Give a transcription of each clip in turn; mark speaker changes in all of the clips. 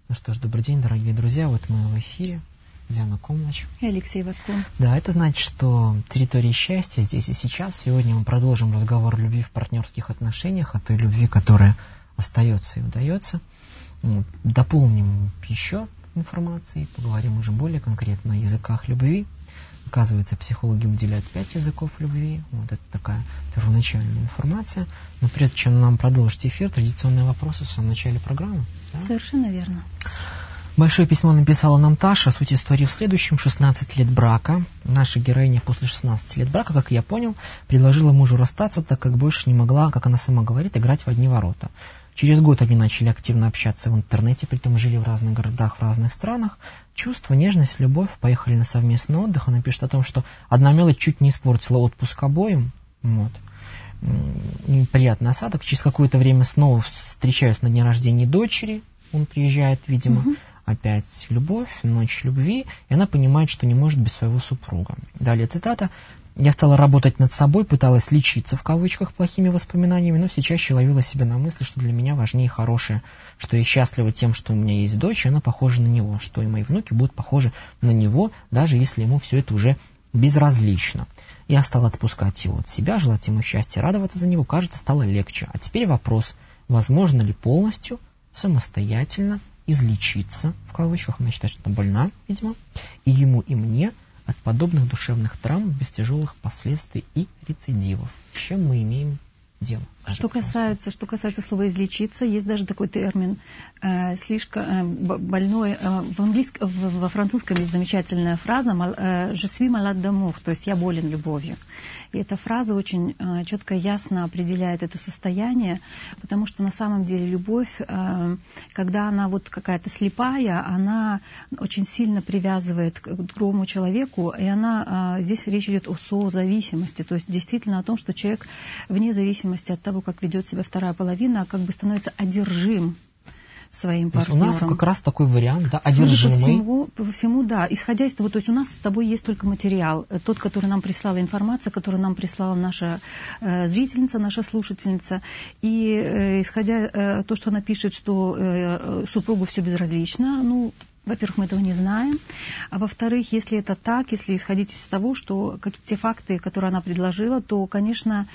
Speaker 1: Ну что ж, добрый день, дорогие друзья. Вот мы в эфире. Диана Комлач.
Speaker 2: И Алексей Ваткун.
Speaker 1: Да, это значит, что территория счастья здесь и сейчас. Сегодня мы продолжим разговор о любви в партнерских отношениях, о той любви, которая остается и удается. Дополним еще информацией, поговорим уже более конкретно о языках любви. Оказывается, психологи выделяют 5 языков любви. Вот это такая первоначальная информация. Но прежде чем нам продолжить эфир, традиционные вопросы в самом начале программы. Да?
Speaker 2: Совершенно верно.
Speaker 1: Большое письмо написала нам Таша. Суть истории в следующем. 16 лет брака. Наша героиня после 16 лет брака, как я понял, предложила мужу расстаться, так как больше не могла, как она сама говорит, играть в одни ворота. Через год они начали активно общаться в интернете, притом жили в разных городах, в разных странах. Чувство, нежность, любовь. Поехали на совместный отдых. Она пишет о том, что одна мелочь чуть не испортила отпуск обоим. Вот. Неприятный осадок. Через какое-то время снова встречаются на дне рождения дочери. Он приезжает, видимо. Опять любовь, ночь любви, и она понимает, что не может без своего супруга. Далее цитата. «Я стала работать над собой, пыталась лечиться, в кавычках, плохими воспоминаниями, но все чаще ловила себя на мысли, что для меня важнее хорошее, что я счастлива тем, что у меня есть дочь, и она похожа на него, что и мои внуки будут похожи на него, даже если ему все это уже безразлично. Я стала отпускать его от себя, желать ему счастья, радоваться за него, кажется, стало легче. А теперь вопрос, возможно ли полностью, самостоятельно излечиться, в кавычках, она считает, что она больна, видимо, и ему, и мне, от подобных душевных травм без тяжелых последствий и рецидивов. С чем мы имеем дело?
Speaker 2: Что касается слова «излечиться», есть даже такой термин слишком больной. Во французском есть замечательная фраза «je suis malade d'amour», то есть «я болен любовью». И эта фраза очень четко и ясно определяет это состояние, потому что на самом деле любовь, когда она вот какая-то слепая, она очень сильно привязывает к другому человеку, и она, здесь речь идет о созависимости, то есть действительно о том, что человек вне зависимости от того, как ведет себя вторая половина, как бы становится одержим своим партнером.
Speaker 1: У нас как раз такой вариант, да, одержимый.
Speaker 2: По всему, да. Исходя из того, то есть у нас с тобой есть только материал, тот, который нам прислала информация, которую нам прислала наша зрительница, наша слушательница. И исходя то, что она пишет, что супругу все безразлично, ну, во-первых, мы этого не знаем. А во-вторых, если это так, если исходить из того, что те факты, которые она предложила, то, конечно,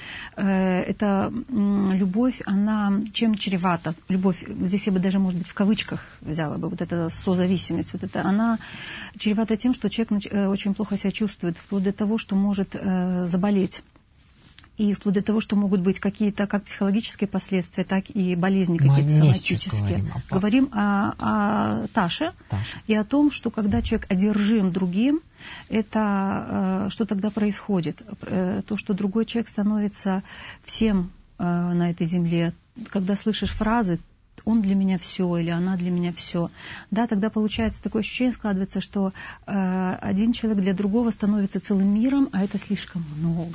Speaker 2: эта любовь, она чем чревата? Любовь, здесь я бы даже, может быть, в кавычках взяла бы, вот эта созависимость, вот это, она чревата тем, что человек очень плохо себя чувствует, вплоть до того, что может заболеть. И вплоть до того, что могут быть какие-то как психологические последствия, так и болезни какие-то соматические. Говорим о Таше и о том, что когда человек одержим другим, это что тогда происходит? То, что другой человек становится всем на этой земле. Когда слышишь фразы «он для меня все» или «она для меня все», да, тогда получается такое ощущение складывается, что один человек для другого становится целым миром, а это слишком много.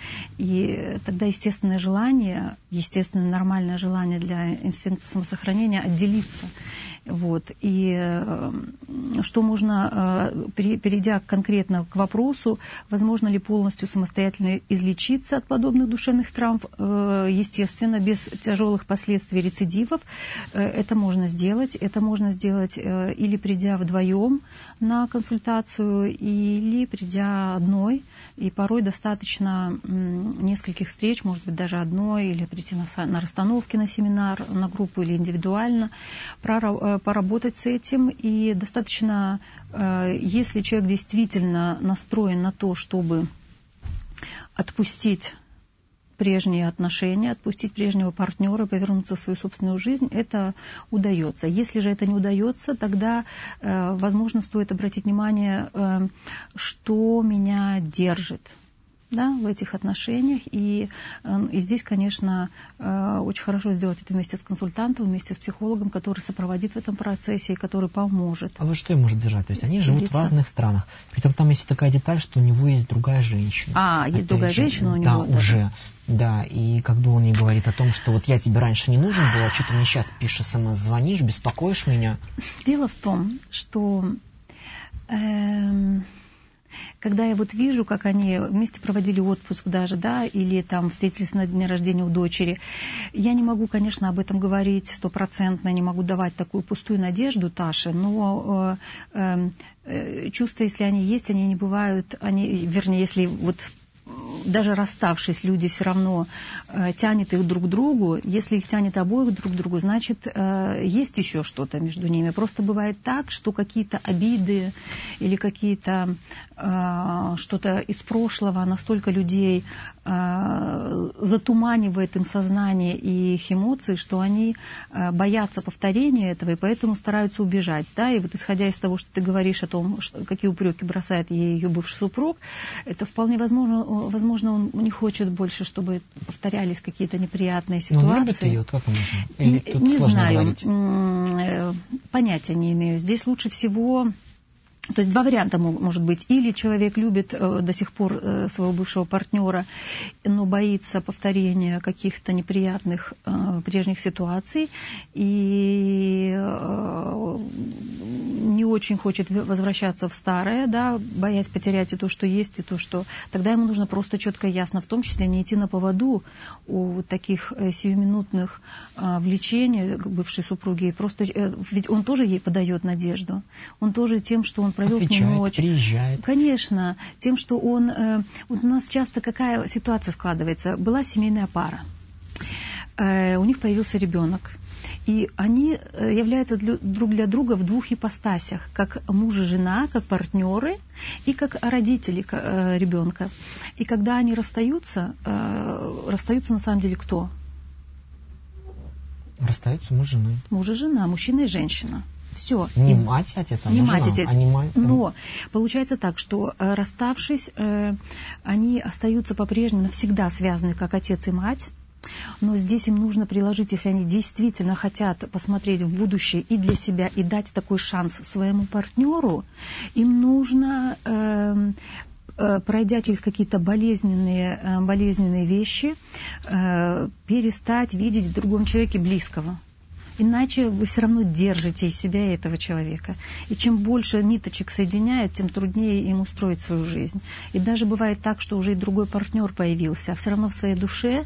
Speaker 2: И тогда естественное желание, естественное нормальное желание для инстинкта самосохранения отделиться. Вот. И что можно, перейдя конкретно к вопросу, возможно ли полностью самостоятельно излечиться от подобных душевных травм, естественно, без тяжелых последствий рецидивов, это можно сделать. Это можно сделать или придя вдвоем на консультацию, или придя одной. И порой достаточно нескольких встреч, может быть, даже одной, или прийти на расстановки, на семинар, на группу или индивидуально, поработать с этим. И достаточно, если человек действительно настроен на то, чтобы отпустить прежние отношения, отпустить прежнего партнера, повернуться в свою собственную жизнь, это удается. Если же это не удается, тогда, возможно, стоит обратить внимание, что меня держит, да, в этих отношениях. И здесь, конечно, очень хорошо сделать это вместе с консультантом, вместе с психологом, который сопроводит в этом процессе и который поможет.
Speaker 1: А вот что им может держать? То есть они живут в разных странах. Притом там есть такая деталь, что у него есть другая женщина.
Speaker 2: Есть другая женщина у него?
Speaker 1: Да, уже. Да, и как бы он ей говорит о том, что вот я тебе раньше не нужен был, а что ты мне сейчас пишешь, смс, звонишь, беспокоишь меня.
Speaker 2: Дело в том, что когда я вот вижу, как они вместе проводили отпуск даже, да, или там встретились на дне рождения у дочери, я не могу, конечно, об этом говорить стопроцентно, не могу давать такую пустую надежду Таше, но чувства, если они есть, они не бывают, вернее, если вот даже расставшись, люди все равно тянет их друг к другу. Если их тянет обоих друг к другу, значит, есть еще что-то между ними. Просто бывает так, что какие-то обиды или какие-то что-то из прошлого настолько людей затуманивает им сознание и их эмоции, что они боятся повторения этого и поэтому стараются убежать. Да? И вот исходя из того, что ты говоришь о том, какие упреки бросает ей ее бывший супруг, это вполне возможно, он не хочет больше, чтобы повторялись какие-то неприятные ситуации.
Speaker 1: Но он любит ее, как можно? Или тут
Speaker 2: не
Speaker 1: сложно
Speaker 2: знаю,
Speaker 1: говорить?
Speaker 2: Понятия не имею. Здесь лучше всего... То есть два варианта может быть. Или человек любит до сих пор своего бывшего партнера, но боится повторения каких-то неприятных прежних ситуаций и не очень хочет возвращаться в старое, да, боясь потерять и то, что есть, и то, что... Тогда ему нужно просто четко и ясно, в том числе не идти на поводу у вот таких сиюминутных влечений к бывшей супруге. Просто, ведь он тоже ей подает надежду. Он тоже тем, что он провел с ней ночь.
Speaker 1: Приезжает.
Speaker 2: Конечно, тем, что он... Вот у нас часто какая ситуация складывается. Была семейная пара. У них появился ребенок. И они являются друг для друга в двух ипостасях. Как муж и жена, как партнеры и как родители ребенка. И когда они расстаются на самом деле кто?
Speaker 1: Расстаются муж с женой.
Speaker 2: Муж и жена, мужчина и женщина. Все.
Speaker 1: Не мать и отец, а
Speaker 2: не
Speaker 1: муж,
Speaker 2: мать, отец.
Speaker 1: А не мать.
Speaker 2: Но получается так, что расставшись, они остаются по-прежнему навсегда связаны как отец и мать. Но здесь им нужно приложить, если они действительно хотят посмотреть в будущее и для себя, и дать такой шанс своему партнеру, им нужно, пройдя через какие-то болезненные вещи, перестать видеть в другом человеке близкого. Иначе вы все равно держите из себя этого человека. И чем больше ниточек соединяют, тем труднее им устроить свою жизнь. И даже бывает так, что уже и другой партнер появился, а все равно в своей душе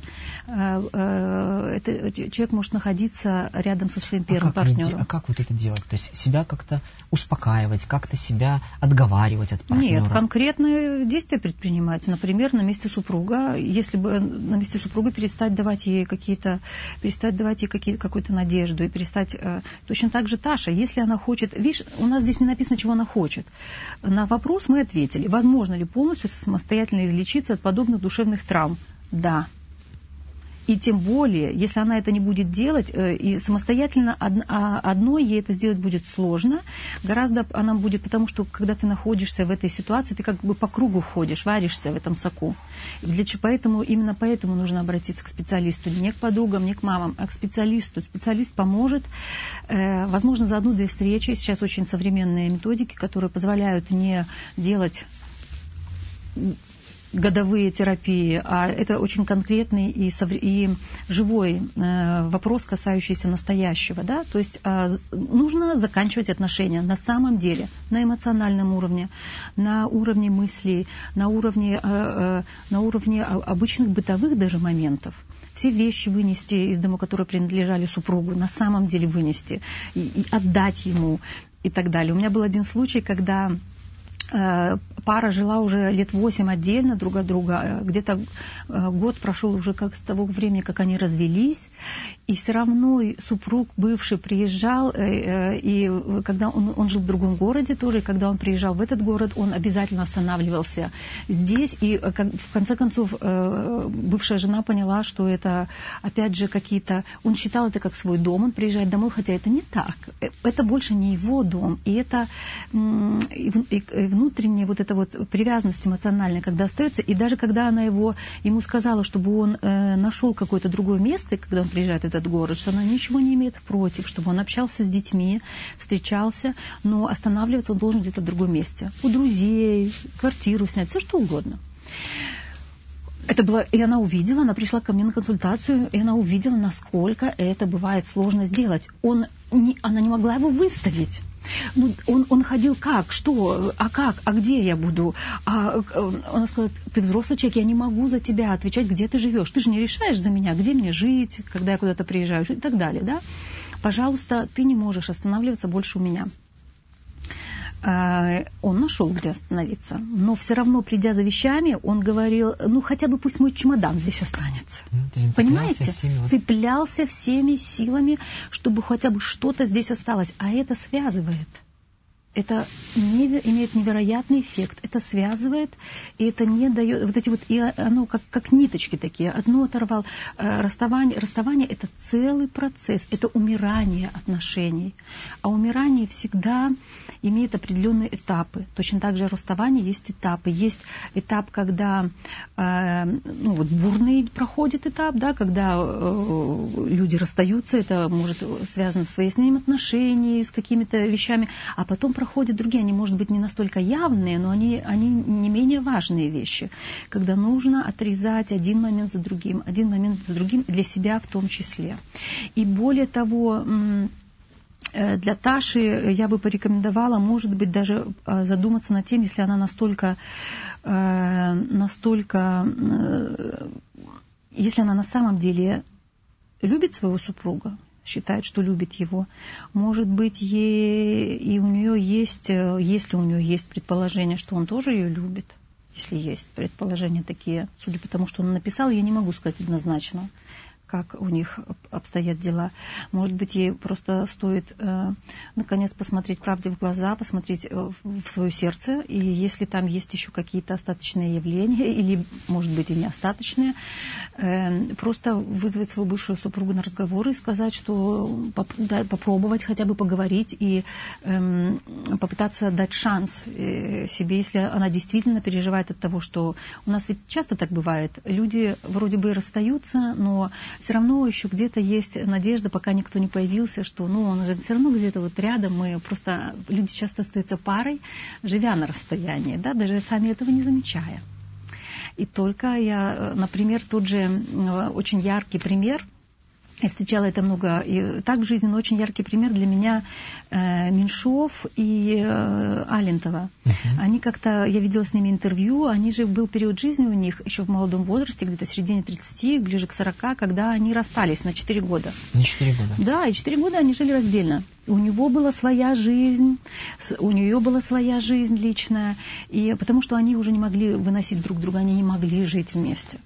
Speaker 2: человек может находиться рядом со своим первым партнером.
Speaker 1: А как вот это делать? То есть себя как-то успокаивать, как-то себя отговаривать от партнера?
Speaker 2: Нет, конкретные действия предпринимать. Например, на месте супруга, если бы на месте супруга перестать давать ей какую-то надежду, и перестать... Точно так же Таша, если она хочет... Видишь, у нас здесь не написано, чего она хочет. На вопрос мы ответили. Возможно ли полностью самостоятельно излечиться от подобных душевных травм? Да. И тем более, если она это не будет делать, и самостоятельно одной ей это сделать будет сложно, гораздо она будет, потому что когда ты находишься в этой ситуации, ты как бы по кругу ходишь, варишься в этом соку. Именно поэтому нужно обратиться к специалисту, не к подругам, не к мамам, а к специалисту. Специалист поможет, возможно, за 1-2 встречи. Сейчас очень современные методики, которые позволяют не делать годовые терапии, а это очень конкретный и живой вопрос, касающийся настоящего. Да? То есть нужно заканчивать отношения на самом деле, на эмоциональном уровне, на уровне мыслей, на уровне обычных бытовых даже моментов. Все вещи вынести из дома, которые принадлежали супругу, на самом деле вынести и отдать ему и так далее. У меня был один случай, когда пара жила уже лет 8 отдельно друг от друга. Где-то год прошел уже как с того времени, как они развелись. И все равно супруг бывший приезжал, и когда он жил в другом городе тоже, и когда он приезжал в этот город, он обязательно останавливался здесь. И в конце концов бывшая жена поняла, что это опять же какие-то... Он считал это как свой дом, он приезжает домой, хотя это не так. Это больше не его дом. И это внутренняя вот эта вот привязанность эмоциональная, когда остается, и даже когда она ему сказала, чтобы он нашел какое-то другое место, когда он приезжает в этот город, что она ничего не имеет против, чтобы он общался с детьми, встречался, но останавливаться он должен где-то в другом месте. У друзей, квартиру снять, все что угодно. Это было, и она увидела, она пришла ко мне на консультацию, и она увидела, насколько это бывает сложно сделать. Она не могла его выставить. Ну, он ходил как? Что? А как? А где я буду? Он сказал, ты взрослый человек, я не могу за тебя отвечать, где ты живешь. Ты же не решаешь за меня, где мне жить, когда я куда-то приезжаю и так далее, да? Пожалуйста, ты не можешь останавливаться больше у меня. Он нашел, где остановиться. Но все равно, придя за вещами, он говорил, ну хотя бы пусть мой чемодан здесь останется. Понимаете? Цеплялся всеми силами, чтобы хотя бы что-то здесь осталось. А это связывает. Это имеет невероятный эффект. Это связывает, и это не дает... Вот эти вот... И оно как ниточки такие. Одно оторвал. Расставание — это целый процесс. Это умирание отношений. А умирание всегда имеет определенные этапы. Точно так же расставание есть этапы. Есть этап, когда бурный проходит этап, да, когда люди расстаются. Это может связано с выяснением отношений, с какими-то вещами. А потом проходят другие. Они, может быть, не настолько явные, но они не менее важные вещи. Когда нужно отрезать один момент за другим, для себя в том числе. И более того... Для Таши я бы порекомендовала, может быть, даже задуматься над тем, если она настолько, если она на самом деле любит своего супруга, считает, что любит его, может быть, у нее есть, если у нее есть предположение, что он тоже ее любит, если есть предположения такие, судя по тому, что он написал, я не могу сказать однозначно, как у них обстоят дела. Может быть, ей просто стоит, наконец, посмотреть правде в глаза, посмотреть в свое сердце, и если там есть еще какие-то остаточные явления, или, может быть, и не остаточные, просто вызвать свою бывшую супругу на разговор и сказать, что попробовать хотя бы поговорить и попытаться дать шанс себе, если она действительно переживает от того, что у нас ведь часто так бывает. Люди вроде бы расстаются, но все равно еще где-то есть надежда, пока никто не появился, что он же все равно где-то вот рядом. Люди часто остаются парой, живя на расстоянии, да, даже сами этого не замечая. И только например, тот же очень яркий пример, я встречала это много и так в жизни, но очень яркий пример для меня Меньшов и Алентова. Они как-то, я видела с ними интервью, был период жизни у них еще в молодом возрасте, где-то в середине 30, ближе к 40, когда они расстались на 4 года.
Speaker 1: На 4 года?
Speaker 2: Да, и 4 года они жили раздельно. У него была своя жизнь, у нее была своя жизнь личная, и потому что они уже не могли выносить друг друга, они не могли жить вместе.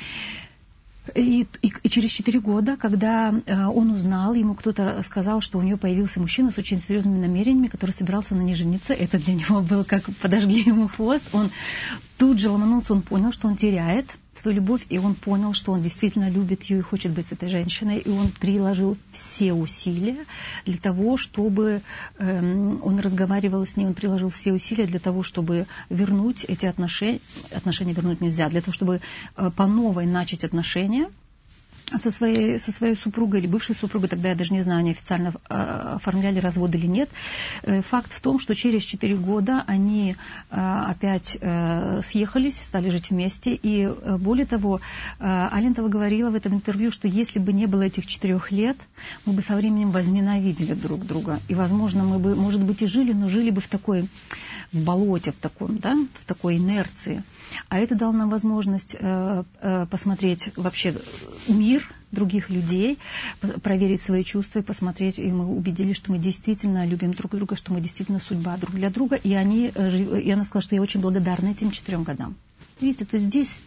Speaker 2: И через 4 года, когда он узнал, ему кто-то сказал, что у нее появился мужчина с очень серьезными намерениями, который собирался на ней жениться, это для него было как подожгли ему хвост, он тут же ломанулся, он понял, что он теряет свою любовь, и он понял, что он действительно любит ее и хочет быть с этой женщиной, и он приложил все усилия для того, чтобы он разговаривал с ней, он приложил все усилия для того, чтобы вернуть эти отношения вернуть нельзя, для того, чтобы по новой начать отношения со своей супругой или бывшей супругой, тогда я даже не знаю, они официально оформляли развод или нет. Факт в том, что через 4 года они опять съехались, стали жить вместе. И более того, Алентова говорила в этом интервью, что если бы не было этих 4 лет, мы бы со временем возненавидели друг друга. И, возможно, мы бы, может быть, и жили, но жили бы в болоте, в такой инерции. А это дало нам возможность посмотреть вообще мир других людей, проверить свои чувства и посмотреть. И мы убедились, что мы действительно любим друг друга, что мы действительно судьба друг для друга. И она сказала, что я очень благодарна этим 4 годам. Видите, то здесь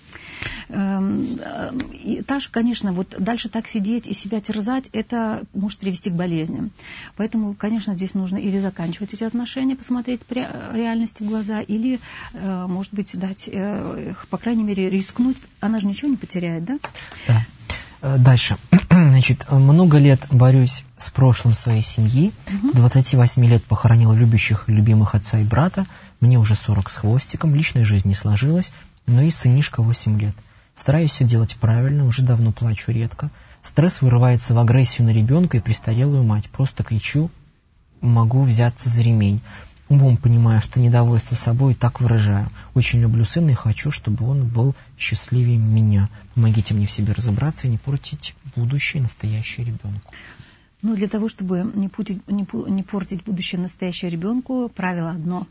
Speaker 2: Таша, конечно, вот дальше так сидеть и себя терзать, это может привести к болезням. Поэтому, конечно, здесь нужно или заканчивать эти отношения, посмотреть реальности в глаза, или, может быть, дать, по крайней мере, рискнуть. Она же ничего не потеряет, да?
Speaker 1: Да. Дальше. Значит, много лет борюсь с прошлым своей семьи. 28 лет похоронила любящих и любимых отца и брата. Мне уже 40 с хвостиком. Личная жизнь не сложилась. Но есть сынишка 8 лет. Стараюсь все делать правильно, уже давно плачу редко. Стресс вырывается в агрессию на ребенка и престарелую мать. Просто кричу, могу взяться за ремень. Умом понимаю, что недовольство собой и так выражаю. Очень люблю сына и хочу, чтобы он был счастливее меня. Помогите мне в себе разобраться и не портить будущее настоящее ребенку.
Speaker 2: Но для того, чтобы не портить будущее настоящего ребенку, правило одно.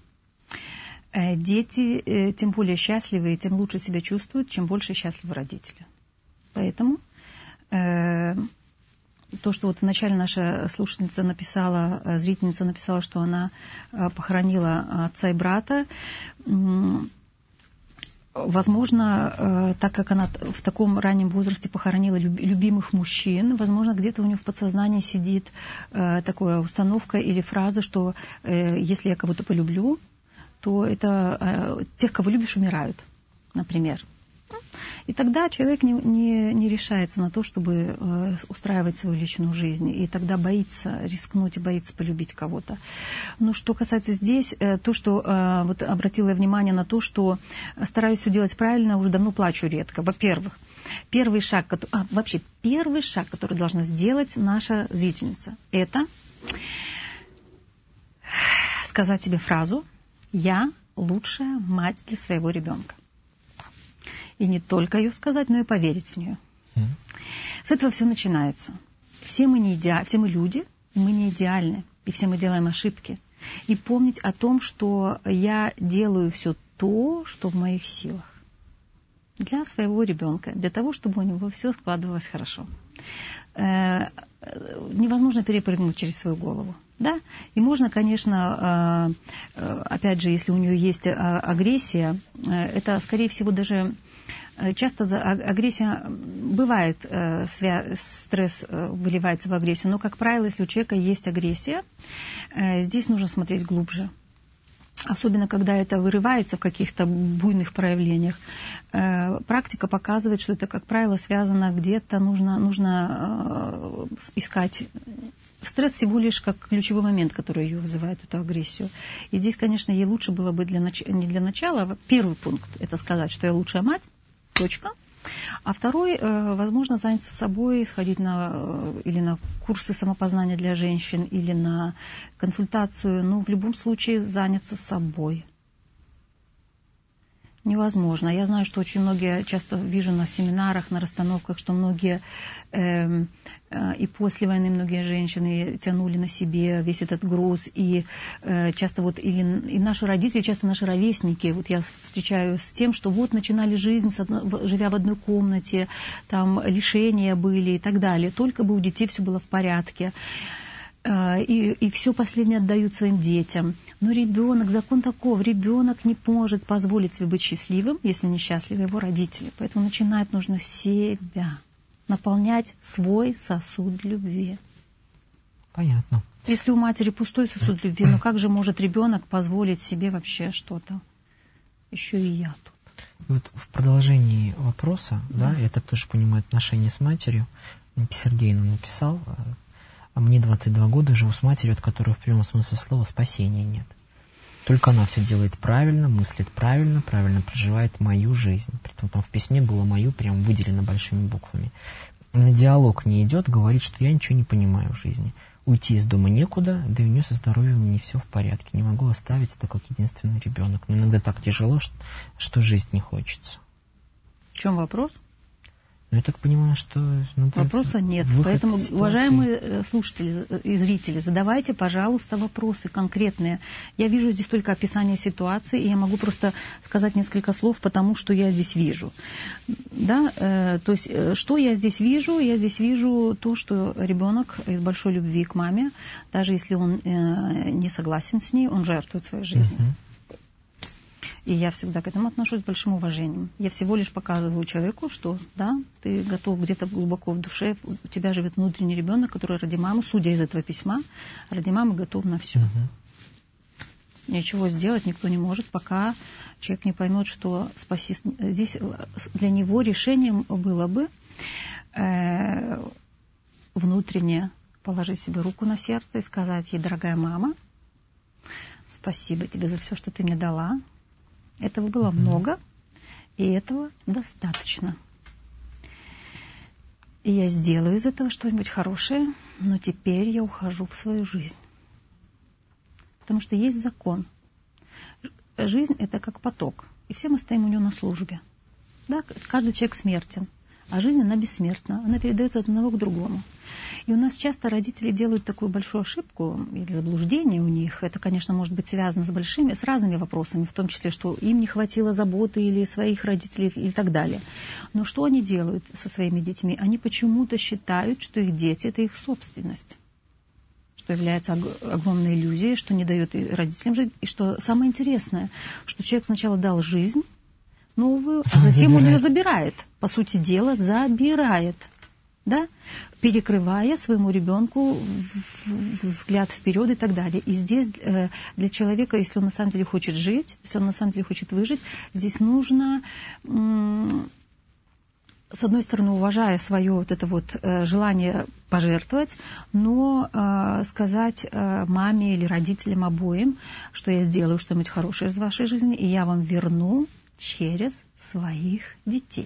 Speaker 2: Дети тем более счастливы и тем лучше себя чувствуют, чем больше счастливы родители. Поэтому то, что вот вначале наша слушательница написала, зрительница написала, что она похоронила отца и брата, возможно, так как она в таком раннем возрасте похоронила любимых мужчин, возможно, где-то у нее в подсознании сидит такая установка или фраза, что если я кого-то полюблю, то это тех, кого любишь, умирают, например. И тогда человек не решается на то, чтобы устраивать свою личную жизнь. И тогда боится рискнуть и боится полюбить кого-то. Но что касается здесь, то, что вот обратила я внимание на то, что стараюсь все делать правильно, уже давно плачу редко. Во-первых, первый шаг, который должна сделать наша зрительница, это сказать себе фразу «Я лучшая мать для своего ребенка». И не только ее сказать, но и поверить в нее. С этого все начинается. Все мы люди, мы не идеальны, и все мы делаем ошибки. И помнить о том, что я делаю все то, что в моих силах. Для своего ребенка, для того, чтобы у него все складывалось хорошо. Невозможно перепрыгнуть через свою голову. Да? И можно, конечно, опять же, если у нее есть агрессия, это, скорее всего, даже часто агрессия бывает, стресс выливается в агрессию, но, как правило, если у человека есть агрессия, здесь нужно смотреть глубже. Особенно, когда это вырывается в каких-то буйных проявлениях. Практика показывает, что это, как правило, связано где-то, нужно искать. Стресс всего лишь как ключевой момент, который ее вызывает, эту агрессию. И здесь, конечно, ей лучше было бы не для начала. Первый пункт – это сказать, что я лучшая мать, точка. А второй, возможно, заняться собой, сходить или на курсы самопознания для женщин, или на консультацию. Но в любом случае заняться собой. Невозможно. Я знаю, что очень многие, часто вижу на семинарах, на расстановках, что многие и после войны многие женщины тянули на себе весь этот груз. И часто вот и наши родители, часто наши ровесники, вот я встречаюсь с тем, что вот начинали жизнь, живя в одной комнате, там лишения были и так далее. Только бы у детей все было в порядке. И все последнее отдают своим детям. Но ребенок, закон таков, ребенок не может позволить себе быть счастливым, если несчастливы его родители. Поэтому начинать нужно с себя, наполнять свой сосуд любви.
Speaker 1: Понятно.
Speaker 2: Если у матери пустой сосуд любви, ну как же может ребенок позволить себе вообще что-то? Еще и я тут.
Speaker 1: И вот в продолжении вопроса, да, я так тоже понимаю отношения с матерью, Сергей нам написал: а мне 22 года, живу с матерью, от которой в прямом смысле слова спасения нет. Только она все делает правильно, мыслит правильно, правильно проживает мою жизнь. Притом там в письме было «мою» прям выделено большими буквами. На диалог не идет, говорит, что я ничего не понимаю в жизни. Уйти из дома некуда, да и у нее со здоровьем не все в порядке. Не могу оставить, так как единственный ребенок. Но иногда так тяжело, что жить не хочется.
Speaker 2: В чем вопрос?
Speaker 1: Ну, я так понимаю, что...
Speaker 2: Вопроса нет. Поэтому, уважаемые слушатели и зрители, задавайте, пожалуйста, вопросы конкретные. Я вижу здесь только описание ситуации, и я могу просто сказать несколько слов, потому что я здесь вижу. Да? То есть, что я здесь вижу? Я здесь вижу то, что ребенок из большой любви к маме, даже если он не согласен с ней, он жертвует своей жизнью. И я всегда к этому отношусь с большим уважением. Я всего лишь показываю человеку, что да, ты готов где-то глубоко в душе, у тебя живет внутренний ребенок, который ради мамы, судя из этого письма, ради мамы готов на все. Ничего сделать никто не может, пока человек не поймет, что спаси. Здесь для него решением было бы внутренне положить себе руку на сердце и сказать ей: дорогая мама, спасибо тебе за все, что ты мне дала. Этого было много, и этого достаточно. И я сделаю из этого что-нибудь хорошее, но теперь я ухожу в свою жизнь. Потому что есть закон. Жизнь – это как поток, и все мы стоим у него на службе. Да? Каждый человек смертен. А жизнь, она бессмертна, она передается от одного к другому. И у нас часто родители делают такую большую ошибку или заблуждение у них. Это, конечно, может быть связано с разными вопросами, в том числе, что им не хватило заботы или своих родителей и так далее. Но что они делают со своими детьми? Они почему-то считают, что их дети – это их собственность, что является огромной иллюзией, что не дает родителям жить. И что самое интересное, что человек сначала дал жизнь новую, а затем он ее забирает. По сути дела, забирает. Да? Перекрывая своему ребенку взгляд вперед и так далее. И здесь для человека, если он на самом деле хочет жить, если он на самом деле хочет выжить, здесь нужно, с одной стороны, уважая свое вот это вот желание пожертвовать, но сказать маме или родителям обоим, что я сделаю что-нибудь хорошее из вашей жизни, и я вам верну через своих детей.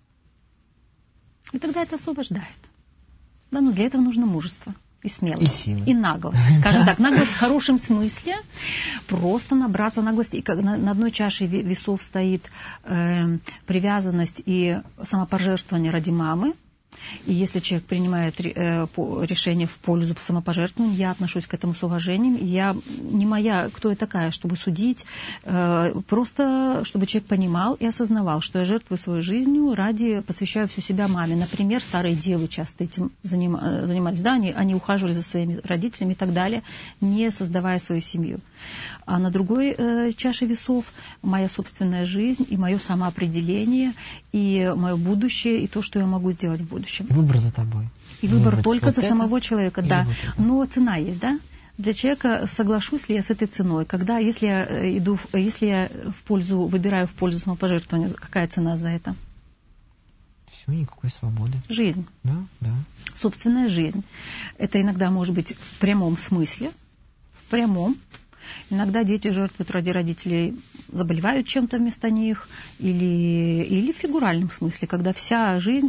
Speaker 2: И тогда это освобождает. Да, но для этого нужно мужество и смелость,
Speaker 1: и сила,
Speaker 2: и наглость. Скажем так, наглость в хорошем смысле, просто набраться наглости. И как на одной чаше весов стоит привязанность и самопожертвование ради мамы. И если человек принимает решение в пользу самопожертвования, я отношусь к этому с уважением. И я не моя, кто я такая, чтобы судить, просто чтобы человек понимал и осознавал, что я жертвую своей жизнью посвящаю всю себя маме. Например, старые девы часто этим занимались. Да, они ухаживали за своими родителями и так далее, не создавая свою семью. А на другой чаше весов моя собственная жизнь и мое самоопределение, и мое будущее, и то, что я могу сделать в будущем.
Speaker 1: Выбор за тобой.
Speaker 2: И выбор только за самого человека, да. Но цена есть, да? Для человека, соглашусь ли я с этой ценой, если я выбираю в пользу самопожертвования, какая цена за это?
Speaker 1: Все, никакой свободы.
Speaker 2: Жизнь.
Speaker 1: Да, да.
Speaker 2: Собственная жизнь. Это иногда может быть в прямом смысле, в прямом. Иногда дети жертвуют ради родителей, заболевают чем-то вместо них, или в фигуральном смысле, когда вся жизнь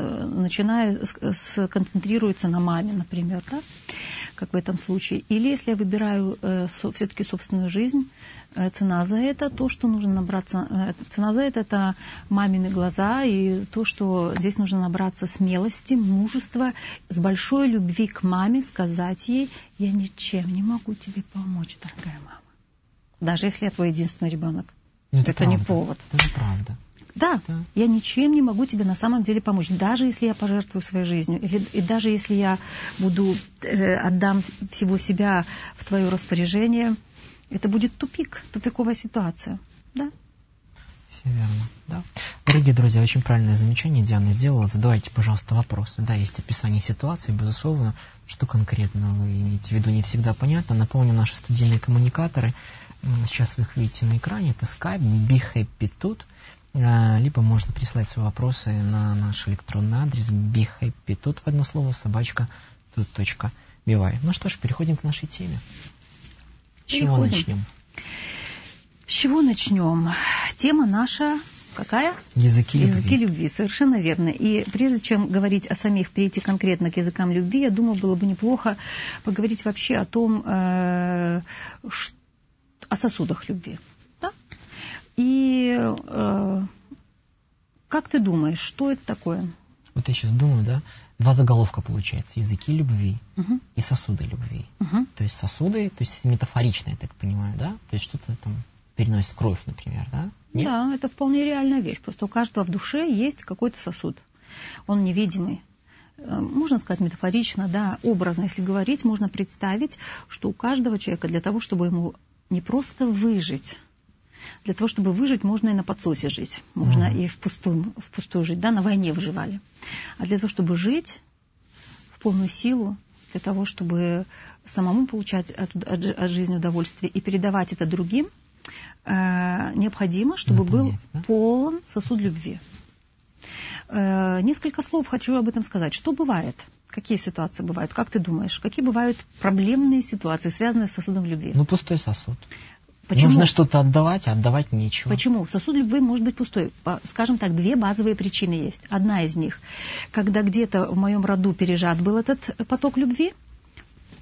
Speaker 2: концентрируется на маме, например, да? Как в этом случае. Или если я выбираю все-таки собственную жизнь, цена за это то, что нужно набраться. Цена за это мамины глаза, и то, что здесь нужно набраться смелости, мужества, с большой любви к маме сказать ей: я ничем не могу тебе помочь, дорогая мама. Даже если я твой единственный ребенок. Это не повод.
Speaker 1: Это правда.
Speaker 2: Да, я ничем не могу тебе на самом деле помочь. Даже если я пожертвую своей жизнью, и даже если я отдам всего себя в твое распоряжение, это будет тупиковая ситуация. Да?
Speaker 1: Все верно. Да. Дорогие друзья, очень правильное замечание Диана сделала. Задавайте, пожалуйста, вопросы. Да, есть описание ситуации, безусловно. Что конкретно вы имеете в виду, не всегда понятно. Напомню, наши студийные коммуникаторы. Сейчас вы их видите на экране. Это Skype, BeHappyTut. Либо можно прислать свои вопросы на наш электронный адрес behappytut в одно слово @tut.by. Ну что ж, переходим к нашей теме. С чего начнем?
Speaker 2: С чего начнем? Тема наша какая?
Speaker 1: Языки любви.
Speaker 2: Языки любви, совершенно верно. И прежде чем говорить перейти конкретно к языкам любви, я думаю, было бы неплохо поговорить вообще о том, о сосудах любви. И как ты думаешь, что это такое?
Speaker 1: Вот я сейчас думаю, да, два заголовка получается: языки любви и сосуды любви. То есть сосуды, то есть метафорично, я так понимаю, да? То есть что-то там переносит кровь, например, да? Нет?
Speaker 2: Да, это вполне реальная вещь. Просто у каждого в душе есть какой-то сосуд. Он невидимый. Можно сказать метафорично, да, образно, если говорить, можно представить, что у каждого человека для того, чтобы ему не просто выжить, для того, чтобы выжить, можно и на подсосе жить, можно и впустую жить, да, на войне выживали. А для того, чтобы жить в полную силу, для того, чтобы самому получать от жизни удовольствие и передавать это другим, необходимо, чтобы был полон сосуд любви. Несколько слов хочу об этом сказать. Что бывает? Какие ситуации бывают? Как ты думаешь? Какие бывают проблемные ситуации, связанные с сосудом любви?
Speaker 1: Ну, пустой сосуд.
Speaker 2: Почему?
Speaker 1: Нужно что-то отдавать, а отдавать нечего.
Speaker 2: Почему? Сосуд любви может быть пустой. Скажем так, две базовые причины есть. Одна из них, когда где-то в моем роду пережат был этот поток любви,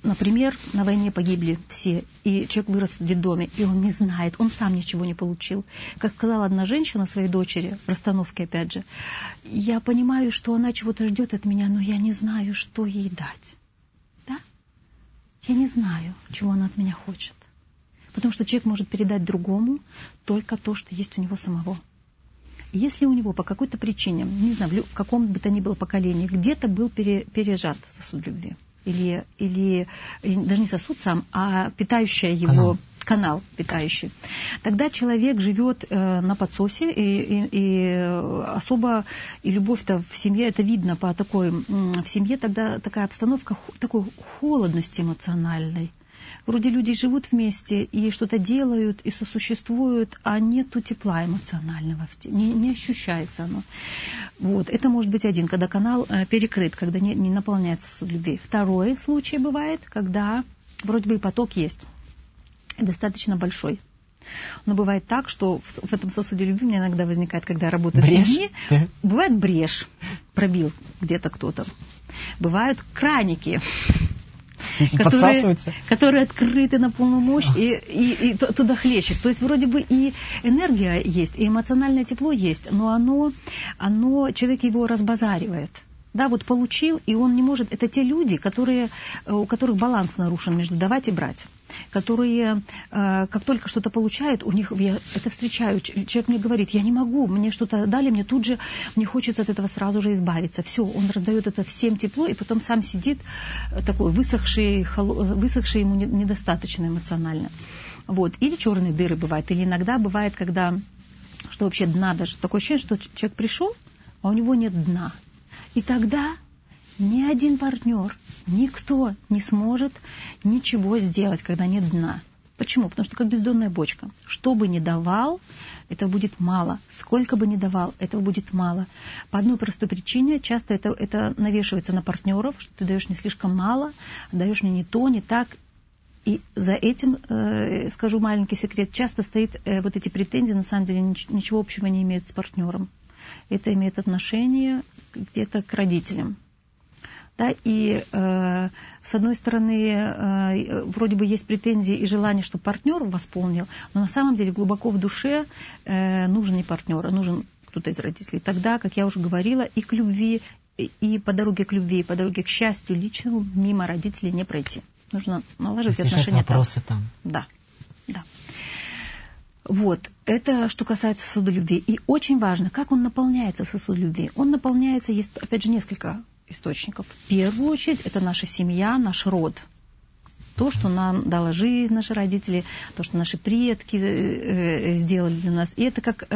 Speaker 2: например, на войне погибли все, и человек вырос в детдоме, и он не знает, он сам ничего не получил. Как сказала одна женщина своей дочери, в расстановке опять же, я понимаю, что она чего-то ждет от меня, но я не знаю, что ей дать. Да? Я не знаю, чего она от меня хочет. Потому что человек может передать другому только то, что есть у него самого. Если у него по какой-то причине, не знаю, в каком бы то ни было поколении, где-то был пережат сосуд любви, или даже не сосуд сам, а питающая его канал питающий, тогда человек живет на подсосе, и особо, и любовь-то в семье, это видно по такой, в семье тогда такая обстановка такой холодности эмоциональной. Вроде люди живут вместе и что-то делают, и сосуществуют, а нету тепла эмоционального, не ощущается оно. Вот. Это может быть один, когда канал перекрыт, когда не наполняется сосуд любви. Второй случай бывает, когда вроде бы и поток есть, достаточно большой. Но бывает так, что в этом сосуде любви у меня иногда возникает, когда я работаю с людьми, бывает брешь, пробил где-то кто-то. Бывают краники, которые открыты на полную мощь, и туда хлещет. То есть вроде бы и энергия есть, и эмоциональное тепло есть, но оно человек его разбазаривает. Да, вот получил, и он не может... Это те люди, у которых баланс нарушен между давать и брать. Которые, как только что-то получают, у них, я это встречаю, человек мне говорит, я не могу, мне что-то дали, мне тут же, мне хочется от этого сразу же избавиться. Все, он раздает это всем тепло, и потом сам сидит такой высохший ему недостаточно эмоционально. Вот. Или черные дыры бывают, или иногда бывает, когда, что вообще дна даже, такое ощущение, что человек пришел, а у него нет дна. И тогда ни один партнер, никто не сможет ничего сделать, когда нет дна. Почему? Потому что как бездонная бочка. Что бы ни давал, этого будет мало. Сколько бы ни давал, этого будет мало. По одной простой причине часто это навешивается на партнеров, что ты даешь мне слишком мало, даешь мне не то, не так. И за этим, скажу маленький секрет, часто стоит вот эти претензии, на самом деле ничего общего не имеют с партнером. Это имеет отношение где-то к родителям. Да, и с одной стороны, вроде бы есть претензии и желание, чтобы партнер восполнил, но на самом деле глубоко в душе нужен не партнер, а нужен кто-то из родителей. Тогда, как я уже говорила, и к любви, и по дороге к любви, и по дороге к счастью личному мимо родителей не пройти. Нужно наложить отношения
Speaker 1: вопросы там.
Speaker 2: Да, да. Вот, это что касается сосуда любви. И очень важно, как он наполняется, сосуд любви. Он наполняется, есть, опять же, несколько источников. В первую очередь, это наша семья, наш род. То, что нам дала жизнь, наши родители, то, что наши предки сделали для нас. И это как,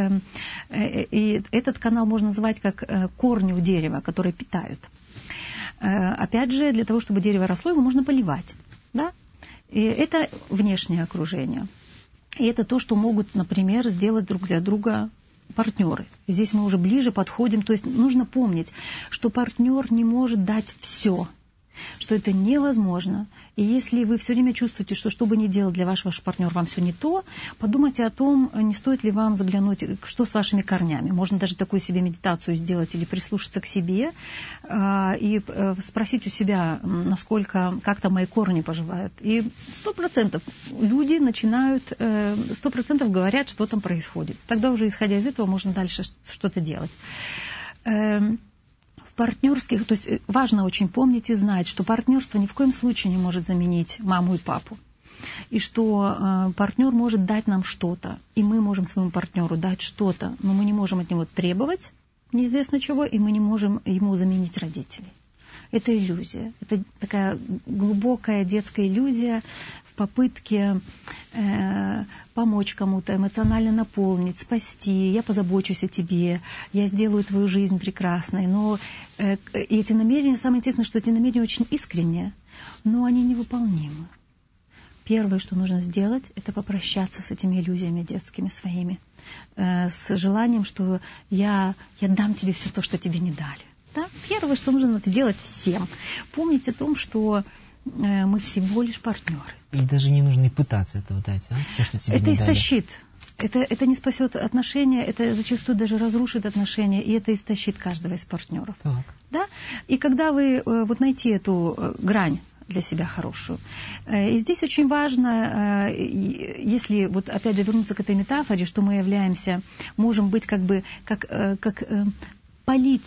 Speaker 2: и этот канал можно называть как корни у дерева, которые питают. Опять же, для того, чтобы дерево росло, его можно поливать. Да? И это внешнее окружение. И это то, что могут, например, сделать друг для друга партнеры. Здесь мы уже ближе подходим. То есть нужно помнить, что партнер не может дать все, что это невозможно. И если вы все время чувствуете, что бы ни делал для вашего партнера, вам все не то, подумайте о том, не стоит ли вам заглянуть, что с вашими корнями. Можно даже такую себе медитацию сделать или прислушаться к себе и спросить у себя, насколько, как там мои корни поживают. И 100% люди начинают, 100% говорят, что там происходит. Тогда уже, исходя из этого, можно дальше что-то делать. Партнерских, то есть важно очень помнить и знать, что партнерство ни в коем случае не может заменить маму и папу. И что партнер может дать нам что-то, и мы можем своему партнеру дать что-то, но мы не можем от него требовать неизвестно чего, и мы не можем ему заменить родителей. Это иллюзия. Это такая глубокая детская иллюзия в попытке помочь кому-то, эмоционально наполнить, спасти, я позабочусь о тебе, я сделаю твою жизнь прекрасной. Но эти намерения, самое интересное, что эти намерения очень искренние, но они невыполнимы. Первое, что нужно сделать, это попрощаться с этими иллюзиями детскими своими, с желанием, что я дам тебе все то, что тебе не дали. Да? Первое, что нужно это делать всем. Помнить о том, что мы всего лишь партнеры.
Speaker 1: И даже не нужно и пытаться этого дать, да? Все, что тебе
Speaker 2: это
Speaker 1: не дали.
Speaker 2: истощит. Это не спасет отношения, это зачастую даже разрушит отношения, и это истощит каждого из партнеров.
Speaker 1: Так.
Speaker 2: Да? И когда вы вот найти эту грань, для себя хорошую. И здесь очень важно, если вот опять же вернуться к этой метафоре, что мы можем быть как полить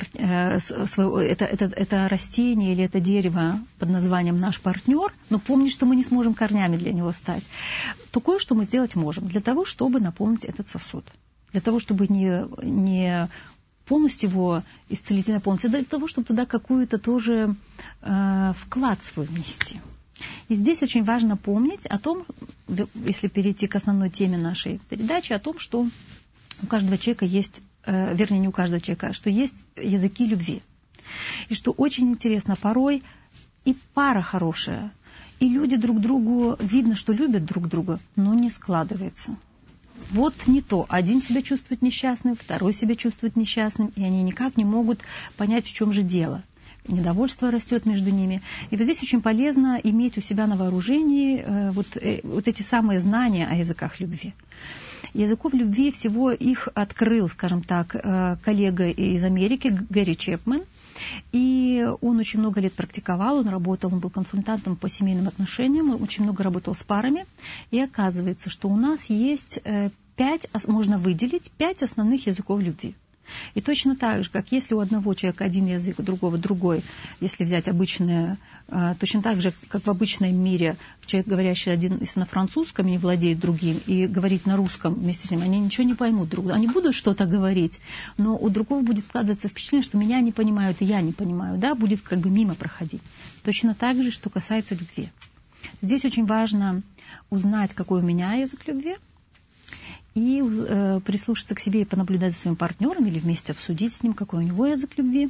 Speaker 2: это растение или это дерево под названием наш партнер, но помнить, что мы не сможем корнями для него стать. То кое-что мы сделать можем для того, чтобы наполнить этот сосуд. Для того, чтобы не полностью его исцелить и наполнить, а для того, чтобы туда какую-то тоже вклад свой внести. И здесь очень важно помнить о том, если перейти к основной теме нашей передачи, о том, что у каждого человека есть, вернее, не у каждого человека, что есть языки любви. И что очень интересно, порой и пара хорошая, и люди друг другу, видно, что любят друг друга, но не складывается. Вот не то. Один себя чувствует несчастным, второй себя чувствует несчастным, и они никак не могут понять, в чем же дело. Недовольство растет между ними. И вот здесь очень полезно иметь у себя на вооружении вот эти самые знания о языках любви. Языков любви всего их открыл, скажем так, коллега из Америки Гэри Чепмен. И он очень много лет практиковал, он был консультантом по семейным отношениям, очень много работал с парами. И оказывается, что у нас есть можно выделить 5 основных языков любви. И точно так же, как если у одного человека один язык, у другого другой, если взять обычное, точно так же, как в обычном мире человек, говорящий на французском, не владеет другим, и говорит на русском вместе с ним, они ничего не поймут друг друга. Они будут что-то говорить, но у другого будет складываться впечатление, что меня не понимают, и я не понимаю, да, будет как бы мимо проходить. Точно так же, что касается любви. Здесь очень важно узнать, какой у меня язык любви, и прислушаться к себе и понаблюдать за своим партнером или вместе обсудить с ним, какой у него язык любви.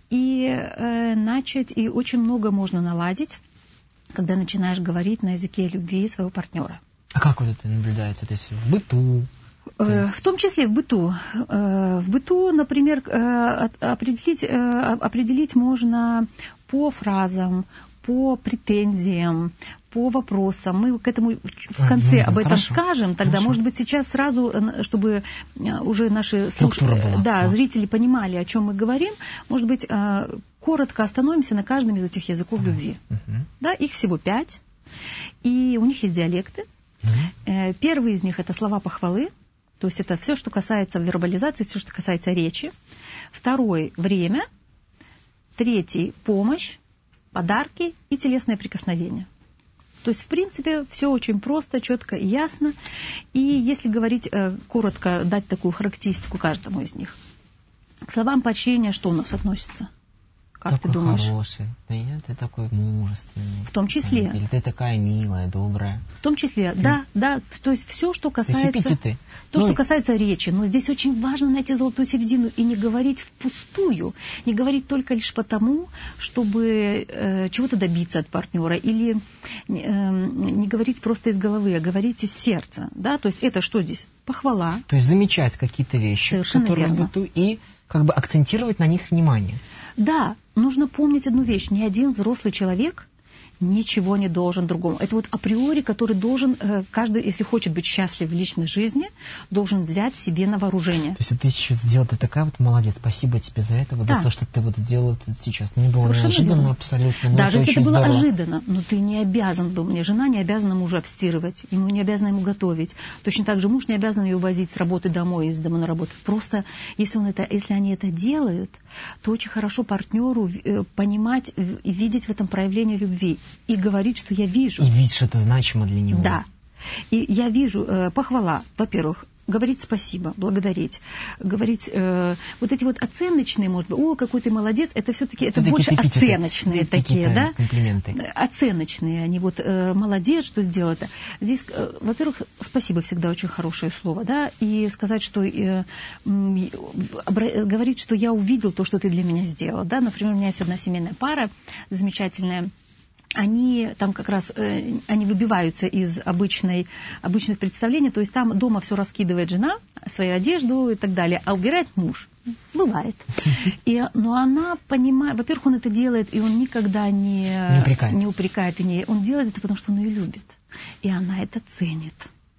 Speaker 2: И начать, и очень много можно наладить, когда начинаешь говорить на языке любви своего партнера.
Speaker 1: А как вот это наблюдается? То есть в быту?
Speaker 2: В том числе в быту. В быту, например, определить можно по фразам, по претензиям, по вопросам. Мы к этому в конце об этом скажем. Тогда, может быть, сейчас сразу, чтобы уже наши зрители понимали, о чем мы говорим, может быть, коротко остановимся на каждом из этих языков любви. Да, их всего 5. И у них есть диалекты. Первый из них – это слова похвалы. То есть это все, что касается вербализации, все, что касается речи. Второй – время. Третий – помощь, подарки и телесное прикосновение. То есть, в принципе, все очень просто, четко и ясно. И если говорить коротко, дать такую характеристику каждому из них. К словам поощрения что у нас относится? Как
Speaker 1: такой
Speaker 2: ты думаешь?
Speaker 1: Хороший. Да ты такой мужественный.
Speaker 2: В том числе.
Speaker 1: Или ты такая милая, добрая.
Speaker 2: В том числе, да. То есть все, что касается... То есть эпитеты. Что касается речи. Но здесь очень важно найти золотую середину и не говорить впустую. Не говорить только лишь потому, чтобы чего-то добиться от партнера. Или не говорить просто из головы, а говорить из сердца. Да? То есть это что здесь? Похвала.
Speaker 1: То есть замечать какие-то вещи,
Speaker 2: совершенно
Speaker 1: которые
Speaker 2: верно.
Speaker 1: в быту, и как бы акцентировать на них внимание.
Speaker 2: Да, нужно помнить одну вещь. Ни один взрослый человек ничего не должен другому. Это вот априори, который должен, каждый, если хочет быть счастлив в личной жизни, должен взять себе на вооружение. То
Speaker 1: есть вот ты сейчас сделала, ты такая вот молодец, спасибо тебе за это, вот за то, что ты вот сделала сейчас. Не было неожиданно абсолютно.
Speaker 2: Даже если это было ожиданно, но ты не обязан был. Мне жена не обязана мужа обстирывать, ему не обязана ему готовить. Точно так же муж не обязан ее возить с работы домой, из дома на работу. Просто если они это делают, то очень хорошо партнеру понимать и видеть в этом проявление любви. И говорить, что я вижу.
Speaker 1: И видишь, это значимо для него.
Speaker 2: Да. И я вижу похвала, во-первых, говорить спасибо, благодарить, говорить вот эти вот оценочные, может быть, какой ты молодец, это все-таки это больше оценочные такие, да?
Speaker 1: Комплименты.
Speaker 2: Оценочные, они вот молодец, что сделал это. Здесь, во-первых, спасибо всегда очень хорошее слово, да, и сказать, что говорить, что я увидел то, что ты для меня сделал, да, например, у меня есть одна семейная пара замечательная. Они там как раз они выбиваются из обычных представлений, то есть там дома все раскидывает жена, свою одежду и так далее, а убирает муж. Бывает. Но она понимает, во-первых, он это делает, и он никогда не упрекает. Он делает это, потому что он ее любит. И она это ценит.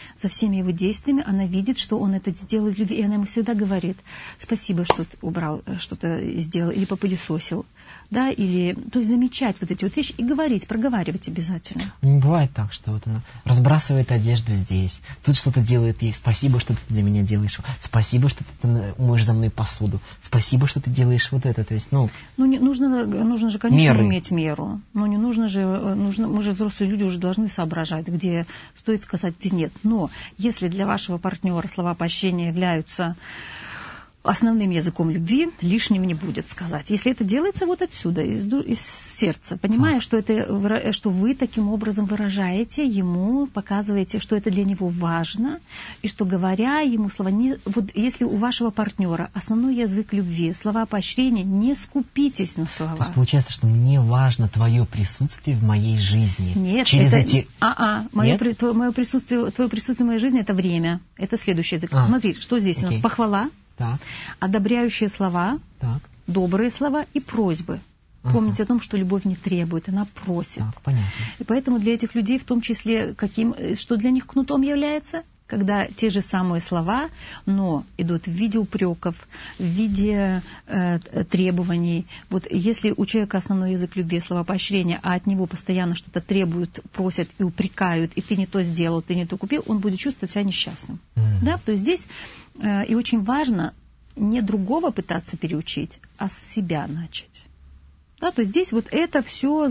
Speaker 2: за всеми его действиями, она видит, что он это сделал из любви, и она ему всегда говорит: спасибо, что ты убрал, что-то сделал, или попылесосил, да, или, то есть замечать вот эти вот вещи и говорить, проговаривать обязательно.
Speaker 1: Не бывает так, что вот она разбрасывает одежду здесь, тут что-то делает ей: спасибо, что ты для меня делаешь, спасибо, что ты моешь за мной посуду, спасибо, что ты делаешь вот это, то есть,
Speaker 2: нужно же, конечно,
Speaker 1: меры.
Speaker 2: иметь меру, но не нужно же, мы же взрослые люди уже должны соображать, где стоит сказать, где нет. Но если для вашего партнера слова поощрения являются основным языком любви, лишним не будет сказать. Если это делается вот отсюда, из сердца, понимая, что вы таким образом выражаете ему, показываете, что это для него важно, и что, говоря ему слова, вот если у вашего партнера основной язык любви, слова поощрения, не скупитесь на слова.
Speaker 1: То есть получается, что мне важно твое присутствие в моей жизни.
Speaker 2: Нет, твое присутствие в моей жизни — это время, это следующий язык. Смотрите, что здесь у нас: похвала,
Speaker 1: так,
Speaker 2: одобряющие слова,
Speaker 1: так,
Speaker 2: добрые слова и просьбы. Помните о том, что любовь не требует, она просит.
Speaker 1: Так, понятно.
Speaker 2: И поэтому для этих людей, в том числе, что для них кнутом является, когда те же самые слова, но идут в виде упреков, в виде требований. Вот если у человека основной язык любви — слова поощрения, а от него постоянно что-то требуют, просят и упрекают, и ты не то сделал, ты не то купил, он будет чувствовать себя несчастным. Да? То есть здесь и очень важно не другого пытаться переучить, а с себя начать. Да, то есть здесь вот это все,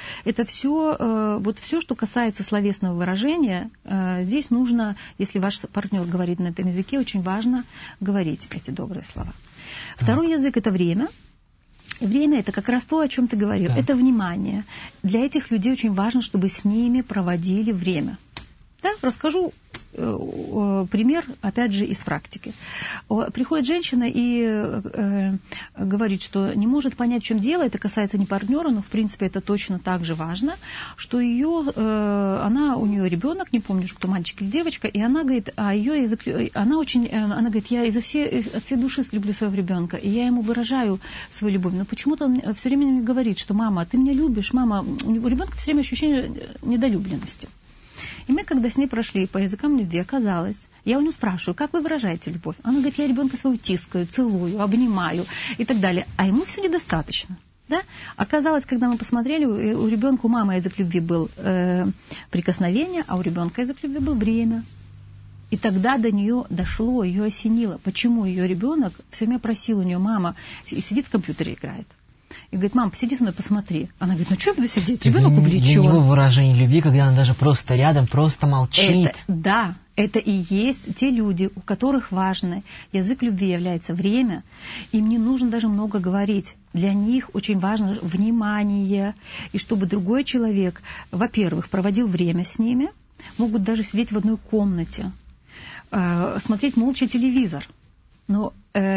Speaker 2: что касается словесного выражения, здесь нужно, если ваш партнер говорит на этом языке, очень важно говорить эти добрые слова. Второй язык — это время. Время — это как раз то, о чем ты говорил. Да. Это внимание. Для этих людей очень важно, чтобы с ними проводили время. Да? Расскажу пример, опять же, из практики. Приходит женщина и говорит, что не может понять, в чем дело. Это касается не партнера, но, в принципе, это точно так же важно, что у нее ребенок, не помню, кто, мальчик или девочка, и она говорит, она говорит, я от всей души люблю своего ребенка, и я ему выражаю свою любовь, но почему-то он все время мне говорит, что мама, ты меня любишь, мама, у ребенка все время ощущение недолюбленности. И мы, когда с ней прошли по языкам любви, оказалось, я у нее спрашиваю, как вы выражаете любовь? Она говорит, я ребенка своего тискаю, целую, обнимаю и так далее. А ему все недостаточно. Да? Оказалось, когда мы посмотрели, у ребенка, у мамы язык любви был прикосновение, а у ребенка язык любви был время. И тогда до нее дошло, ее осенило. Почему ее ребенок все время просил у нее, мама, и сидит в компьютере играет. И говорит, мам, посиди со мной, посмотри. Она говорит, ну что я буду сидеть? Ребенок увлечен.
Speaker 1: Для него выражение любви, когда она даже просто рядом, просто молчит.
Speaker 2: Это и есть те люди, у которых важно. Язык любви является время. Им не нужно даже много говорить. Для них очень важно внимание. И чтобы другой человек, во-первых, проводил время с ними, могут даже сидеть в одной комнате, смотреть молча телевизор. Но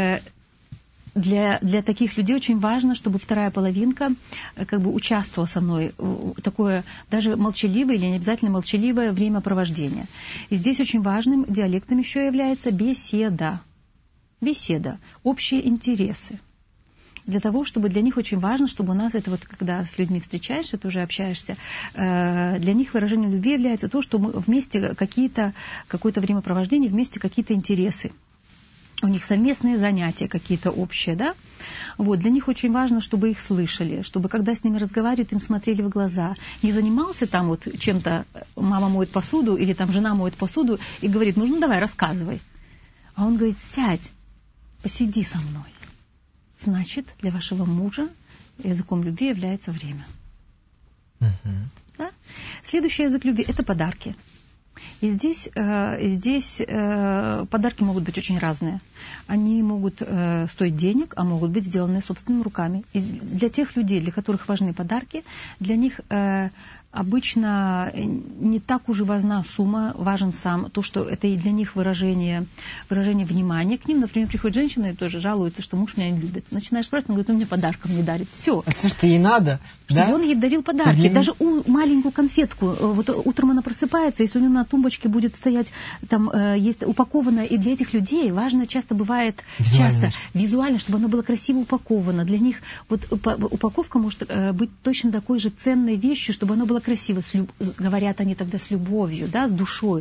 Speaker 2: для таких людей очень важно, чтобы вторая половинка как бы участвовала со мной в такое даже молчаливое или не обязательно молчаливое времяпровождение. И здесь очень важным диалектом еще является беседа. Беседа, общие интересы. Для того, чтобы для них очень важно, чтобы у нас это вот, когда с людьми встречаешься, ты уже общаешься, для них выражением любви является то, что мы вместе какое-то времяпровождение, вместе какие-то интересы. У них совместные занятия какие-то общие, да? Вот, для них очень важно, чтобы их слышали, чтобы, когда с ними разговаривают, им смотрели в глаза. Не занимался там вот чем-то, мама моет посуду или там жена моет посуду и говорит, ну давай, рассказывай. А он говорит, сядь, посиди со мной. Значит, для вашего мужа языком любви является время. Да? Следующий язык любви – это подарки. И здесь подарки могут быть очень разные. Они могут стоить денег, а могут быть сделаны собственными руками. И для тех людей, для которых важны подарки, для них обычно не так уж и важна сумма, важен сам, то, что это и для них выражение внимания к ним. Например, приходит женщина и тоже жалуется, что муж меня не любит. Начинаешь спрашивать, он говорит, он мне подарков не дарит. Все.
Speaker 1: А все, что ей надо,
Speaker 2: чтобы он ей дарил подарки. Даже маленькую конфетку. Вот утром она просыпается, если у нее на тумбочке будет стоять, там есть упакованное, и для этих людей важно часто бывает, визуально, чтобы оно было красиво упаковано. Для них вот упаковка может быть точно такой же ценной вещью, чтобы оно было красиво, говорят они тогда с любовью, да, с душой.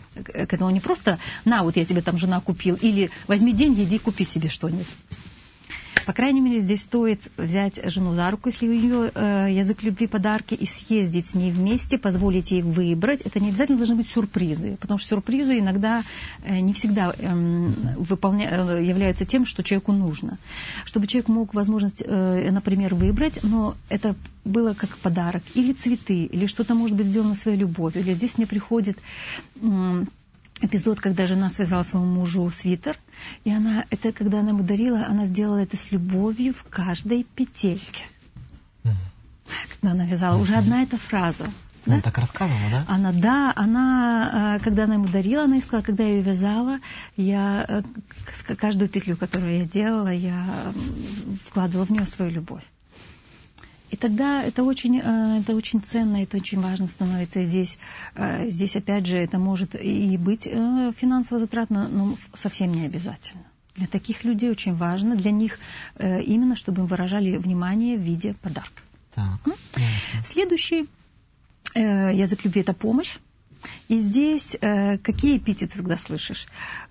Speaker 2: к этому. Не просто «на, вот я тебе там жена купил» или «возьми деньги, иди купи себе что-нибудь». По крайней мере, здесь стоит взять жену за руку, если у нее язык любви подарки, и съездить с ней вместе, позволить ей выбрать. Это не обязательно должны быть сюрпризы, потому что сюрпризы иногда не всегда являются тем, что человеку нужно. Чтобы человек мог возможность, например, выбрать, но это было как подарок, или цветы, или что-то может быть сделано своей любовью. Или здесь мне приходит эпизод, когда жена связала своему мужу свитер, и когда она ему дарила, она сделала это с любовью в каждой петельке. Когда она вязала, уже одна эта фраза.
Speaker 1: Она
Speaker 2: да?
Speaker 1: так рассказывала, да?
Speaker 2: Когда она ему дарила, она ей сказала, когда я ее вязала, я каждую петлю, которую я делала, я вкладывала в нее свою любовь. И тогда это очень ценно, это очень важно становится. И здесь, опять же, это может и быть финансово затратно, но совсем не обязательно. Для таких людей очень важно, для них именно, чтобы им выражали внимание в виде подарка.
Speaker 1: Так,
Speaker 2: Следующий язык любви – это помощь. И здесь какие эпитеты ты тогда слышишь?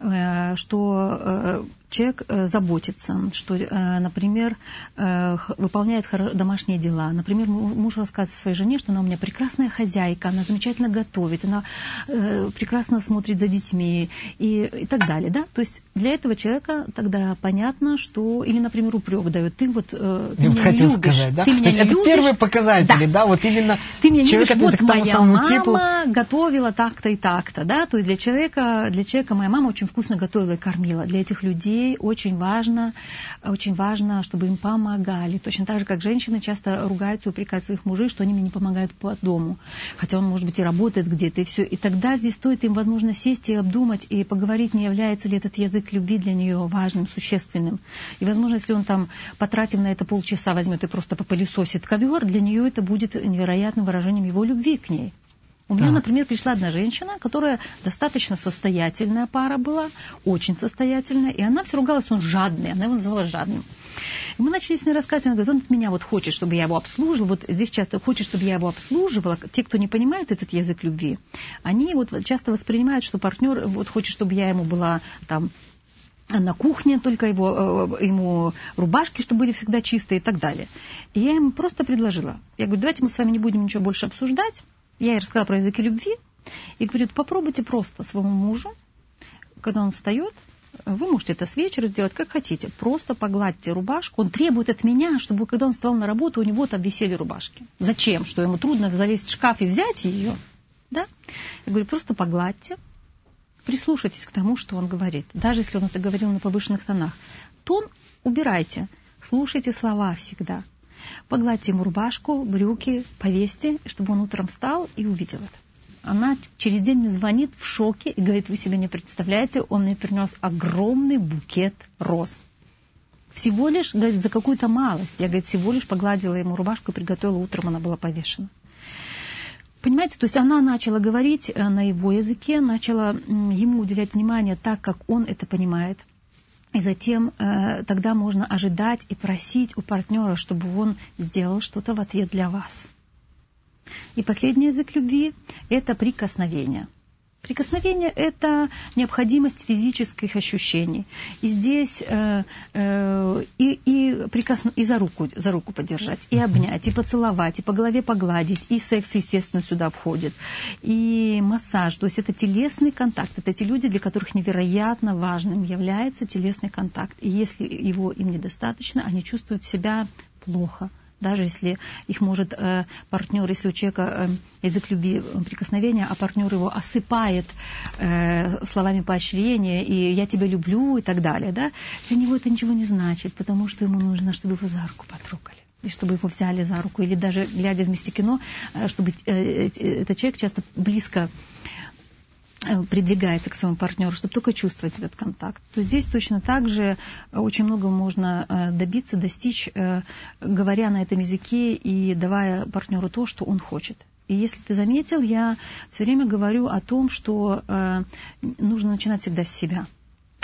Speaker 2: Что человек заботится, что, например, выполняет домашние дела. Например, муж рассказывает своей жене, что она у меня прекрасная хозяйка, она замечательно готовит, она прекрасно смотрит за детьми и так далее. Да? То есть для этого человека тогда понятно, что... Или, например, упрек дает. Ты меня не
Speaker 1: хотел
Speaker 2: любишь.
Speaker 1: сказать, да?
Speaker 2: Ты меня
Speaker 1: То есть
Speaker 2: не
Speaker 1: это
Speaker 2: любишь.
Speaker 1: первые показатели, да? Вот именно
Speaker 2: ты меня не любишь,
Speaker 1: человек
Speaker 2: вот
Speaker 1: к тому
Speaker 2: моя
Speaker 1: самому типу.
Speaker 2: мама готовила так-то и так-то, да, то есть для человека моя мама очень вкусно готовила и кормила. Для этих людей очень важно, чтобы им помогали. Точно так же, как женщины часто ругаются, упрекают своих мужей, что они мне не помогают по дому. Хотя он, может быть, и работает где-то, и все. И тогда здесь стоит им, возможно, сесть и обдумать, и поговорить, не является ли этот язык любви для нее важным, существенным. И, возможно, если он там, потратив на это полчаса, возьмет и просто попылесосит ковер, для нее это будет невероятным выражением его любви к ней. У меня, например, пришла одна женщина, которая достаточно состоятельная пара была, очень состоятельная, и она все ругалась, он жадный, она его называла жадным. И мы начали с ней рассказывать, она говорит, он от меня вот хочет, чтобы я его обслуживала, вот здесь часто хочет, чтобы я его обслуживала. Те, кто не понимает этот язык любви, они вот часто воспринимают, что партнер вот хочет, чтобы я ему была там на кухне, только ему рубашки, чтобы были всегда чистые и так далее. И я ему просто предложила, я говорю, давайте мы с вами не будем ничего больше обсуждать. Я ей рассказала про языки любви и говорю, попробуйте просто своему мужу, когда он встает, вы можете это с вечера сделать, как хотите, просто погладьте рубашку. Он требует от меня, чтобы когда он встал на работу, у него там висели рубашки. Зачем? Что ему трудно залезть в шкаф и взять ее? Да? Я говорю, просто погладьте, прислушайтесь к тому, что он говорит. Даже если он это говорил на повышенных тонах. Тон убирайте, слушайте слова всегда. Погладьте ему рубашку, брюки, повесьте, чтобы он утром встал и увидел это. Она через день мне звонит в шоке и говорит, вы себе не представляете, он мне принес огромный букет роз. Всего лишь, говорит, за какую-то малость. Я, говорит, всего лишь погладила ему рубашку и приготовила, утром она была повешена. Понимаете, то есть она начала говорить на его языке, начала ему уделять внимание так, как он это понимает. И затем тогда можно ожидать и просить у партнера, чтобы он сделал что-то в ответ для вас. И последний язык любви – это прикосновение. Прикосновение – это необходимость физических ощущений. И здесь и за руку подержать, и обнять, и поцеловать, и по голове погладить, и секс, естественно, сюда входит, и массаж. То есть это телесный контакт. Это те люди, для которых невероятно важным является телесный контакт. И если им недостаточно, они чувствуют себя плохо. Даже если их может партнер, если у человека язык любви прикосновения, а партнер его осыпает словами поощрения, и «я тебя люблю» и так далее, да, для него это ничего не значит, потому что ему нужно, чтобы его за руку потрогали, и чтобы его взяли за руку, или даже, глядя вместе кино, чтобы этот человек часто близко придвигается к своему партнеру, чтобы только чувствовать этот контакт. То здесь точно так же очень много можно добиться, достичь, говоря на этом языке и давая партнеру то, что он хочет. И если ты заметил, я все время говорю о том, что нужно начинать всегда с себя.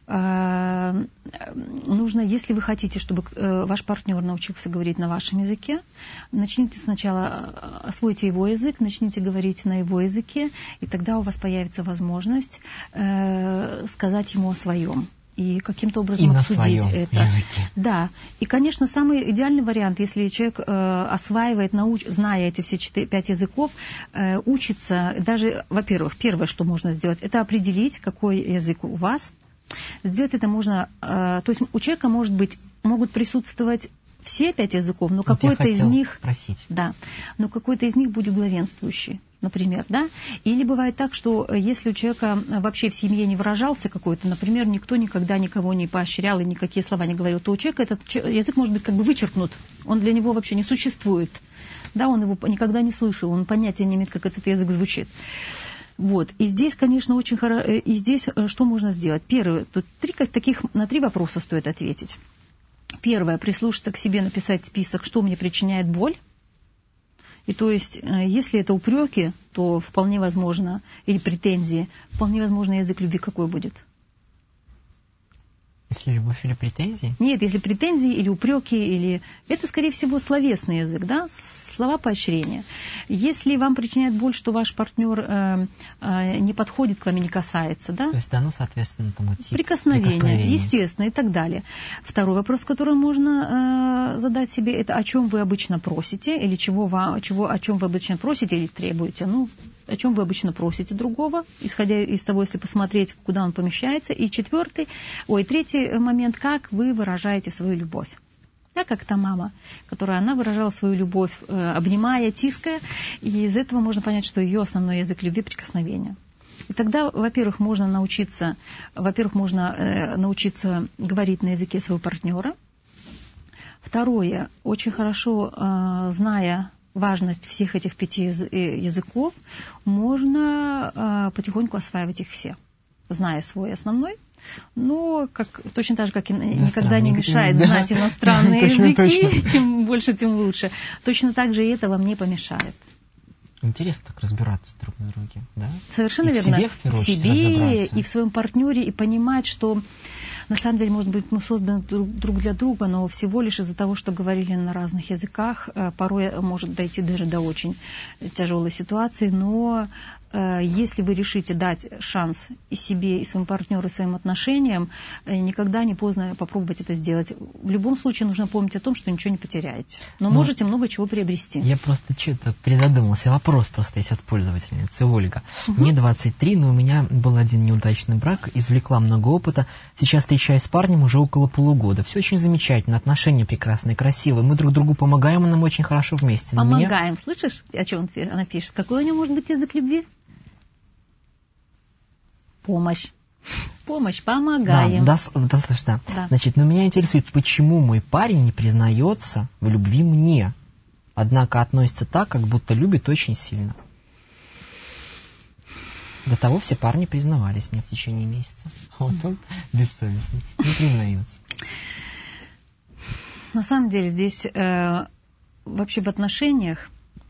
Speaker 2: нужно, если вы хотите, чтобы ваш партнер научился говорить на вашем языке, начните сначала, освойте его язык, начните говорить на его языке, и тогда у вас появится возможность сказать ему о своем. И каким-то образом
Speaker 1: и
Speaker 2: обсудить это.
Speaker 1: Языке.
Speaker 2: Да. И, конечно, самый идеальный вариант, если человек осваивает, зная эти все 5 языков, учится, даже, во-первых, первое, что можно сделать, это определить, какой язык у вас. Сделать это можно, то есть у человека могут присутствовать все 5 языков, но какой-то из них,
Speaker 1: спросить.
Speaker 2: да, но какой-то из них будет главенствующий, например, да. Или бывает так, что если у человека вообще в семье не выражался какой-то, например, никто никогда никого не поощрял и никакие слова не говорил, то у человека этот язык может быть как бы вычеркнут, он для него вообще не существует, да, он его никогда не слышал, он понятия не имеет, как этот язык звучит. Вот. И здесь, конечно, очень хорошо. И здесь что можно сделать? Первое, тут на 3 вопроса стоит ответить. Первое, прислушаться к себе, написать список, что мне причиняет боль. И то есть, если это упреки, то вполне возможно, или претензии, вполне возможно, язык любви какой будет?
Speaker 1: Если любовь или претензии?
Speaker 2: Нет, если претензии или упреки, или... Это, скорее всего, словесный язык, да? Слова поощрения. Если вам причиняет боль, что ваш партнер не подходит к вам и не касается, да?
Speaker 1: То есть, да, ну, соответственно, тому тип
Speaker 2: прикосновения, естественно, и так далее. Второй вопрос, который можно задать себе, это о чем вы обычно просите, или о чем вы обычно просите или требуете. Ну, о чем вы обычно просите другого, исходя из того, если посмотреть, куда он помещается. И третий момент, как вы выражаете свою любовь. Да, как та мама, она выражала свою любовь, обнимая, тиская, и из этого можно понять, что ее основной язык любви – прикосновение. И тогда, во-первых, можно научиться говорить на языке своего партнера. Второе, очень хорошо, зная важность всех этих 5 языков, можно потихоньку осваивать их все, зная свой основной. Но точно так же, как и никогда не мешает знать иностранные языки, чем больше, тем лучше. Точно так же и это вам не помешает.
Speaker 1: Интересно так разбираться друг на друге, да?
Speaker 2: Совершенно верно. В себе и в своем партнере, и понимать, что на самом деле, может быть, мы созданы друг для друга, но всего лишь из-за того, что говорили на разных языках, порой может дойти даже до очень тяжелой ситуации, но если вы решите дать шанс и себе, и своему партнеру, и своим отношениям, никогда не поздно попробовать это сделать. В любом случае нужно помнить о том, что ничего не потеряете. Но можете много чего приобрести.
Speaker 1: Я просто что-то призадумался. Вопрос просто есть от пользовательницы. Ольга. Мне 23, но у меня был один неудачный брак, извлекла много опыта. Сейчас встречаюсь с парнем уже около полугода. Все очень замечательно, отношения прекрасные, красивые. Мы друг другу помогаем, и нам очень хорошо вместе. Но
Speaker 2: помогаем. Слышишь, о чем она пишет? Какой у нее может быть язык любви? Помощь, помогаем.
Speaker 1: Да. Значит, но меня интересует, почему мой парень не признается в любви мне, однако относится так, как будто любит очень сильно. До того все парни признавались мне в течение месяца. А вот он бессовестный, не признается.
Speaker 2: На самом деле здесь вообще в отношениях,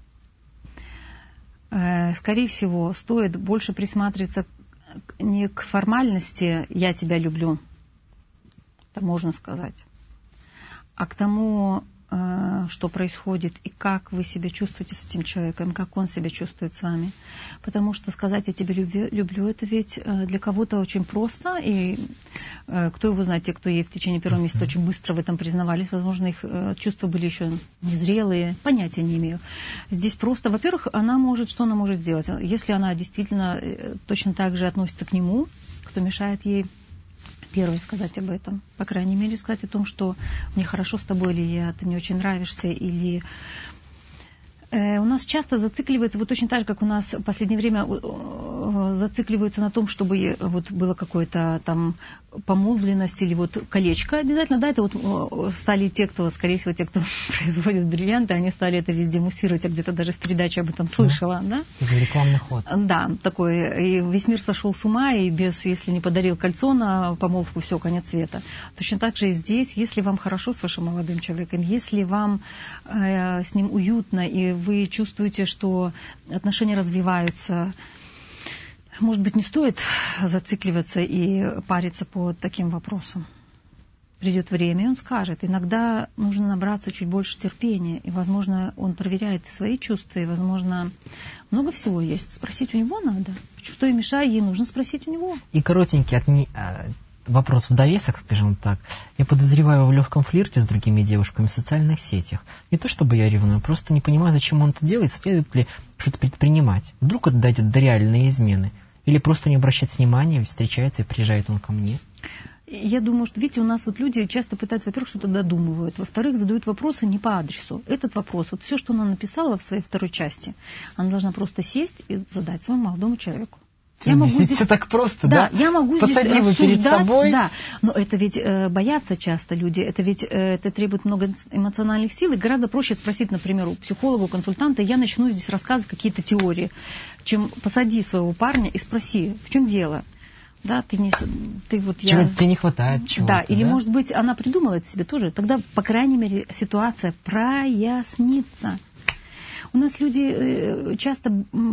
Speaker 2: скорее всего, стоит больше присматриваться не к формальности «я тебя люблю», это можно сказать, а к тому, что происходит и как вы себя чувствуете с этим человеком, как он себя чувствует с вами. Потому что сказать «я тебя люблю» это ведь для кого-то очень просто, и кто его знает, те, кто ей в течение первого месяца очень быстро в этом признавались, возможно, их чувства были еще незрелые, понятия не имею. Здесь просто, во-первых, что она может сделать? Если она действительно точно так же относится к нему, кто мешает ей первое сказать об этом, по крайней мере, сказать о том, что мне хорошо с тобой, или ты мне очень нравишься, или у нас часто зацикливается, вот точно так же, как у нас в последнее время зацикливаются на том, чтобы вот было какое-то там помолвленность или вот колечко обязательно, да, это вот стали те, кто производит бриллианты, они стали это везде муссировать, я где-то даже в передаче об этом слышала, да?
Speaker 1: Это рекламный ход.
Speaker 2: Да, такой, и весь мир сошел с ума, и если не подарил кольцо на помолвку, все, конец света. Точно так же и здесь, если вам хорошо с вашим молодым человеком, если вам с ним уютно, и вы чувствуете, что отношения развиваются, Может быть, не стоит зацикливаться и париться по таким вопросам. Придет время, и он скажет. Иногда нужно набраться чуть больше терпения, и, возможно, он проверяет свои чувства, и, возможно, много всего есть. Спросить у него надо. Что ей мешает, ей нужно спросить у него.
Speaker 1: И коротенький вопрос в довесок, скажем так. Я подозреваю его в легком флирте с другими девушками в социальных сетях. Не то чтобы я ревную, просто не понимаю, зачем он это делает, следует ли что-то предпринимать. Вдруг это дойдет до реальной измены. Или просто не обращать внимания, ведь встречается и приезжает он ко мне.
Speaker 2: Я думаю, что, видите, у нас вот люди часто пытаются, во-первых, что-то додумывают, во-вторых, задают вопросы не по адресу. Этот вопрос, вот все, что она написала в своей второй части, она должна просто сесть и задать своему молодому человеку.
Speaker 1: Я могу здесь... Все так просто, да?
Speaker 2: Я могу
Speaker 1: Посади
Speaker 2: здесь
Speaker 1: его перед собой.
Speaker 2: Да, но это ведь боятся часто люди, это ведь это требует много эмоциональных сил, и гораздо проще спросить, например, у психолога, у консультанта, я начну здесь рассказывать какие-то теории, чем посади своего парня и спроси, в чем дело. Да,
Speaker 1: Чего-то тебе не хватает, чего-то.
Speaker 2: Да, или, может быть, она придумала это себе тоже. Тогда, по крайней мере, ситуация прояснится. У нас люди часто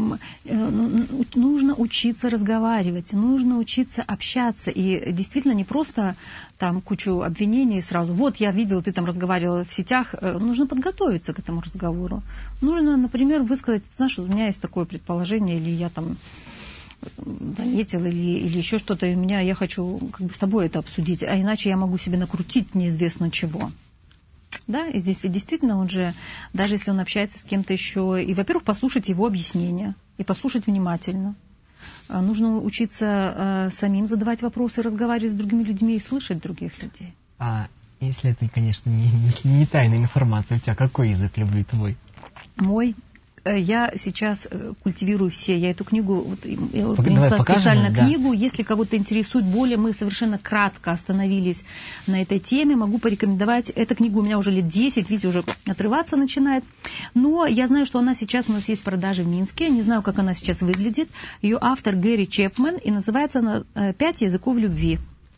Speaker 2: нужно учиться разговаривать, нужно учиться общаться. И действительно не просто там кучу обвинений сразу. Вот я видела, ты там разговаривала в сетях. Нужно подготовиться к этому разговору. Нужно, например, высказать, знаешь, у меня есть такое предположение, или я там заметил, или еще что-то, и я хочу как бы с тобой это обсудить, а иначе я могу себе накрутить неизвестно чего. Да, и здесь ведь действительно он же, даже если он общается с кем-то еще, и, во-первых, послушать его объяснения, и послушать внимательно. Нужно учиться самим задавать вопросы, разговаривать с другими людьми и слышать других людей.
Speaker 1: А если это, конечно, не тайная информация, у тебя какой язык любви твой?
Speaker 2: Мой. Я сейчас культивирую все. Я эту книгу, я принесла специально книгу. Если кого-то интересует более, мы совершенно кратко остановились на этой теме. Могу порекомендовать. Эта книга у меня уже лет 10, видите, уже отрываться начинает. Но я знаю, что она сейчас у нас есть в продаже в Минске. Не знаю, как она сейчас выглядит. Ее автор Гэри Чепмен, и называется она «5 языков любви».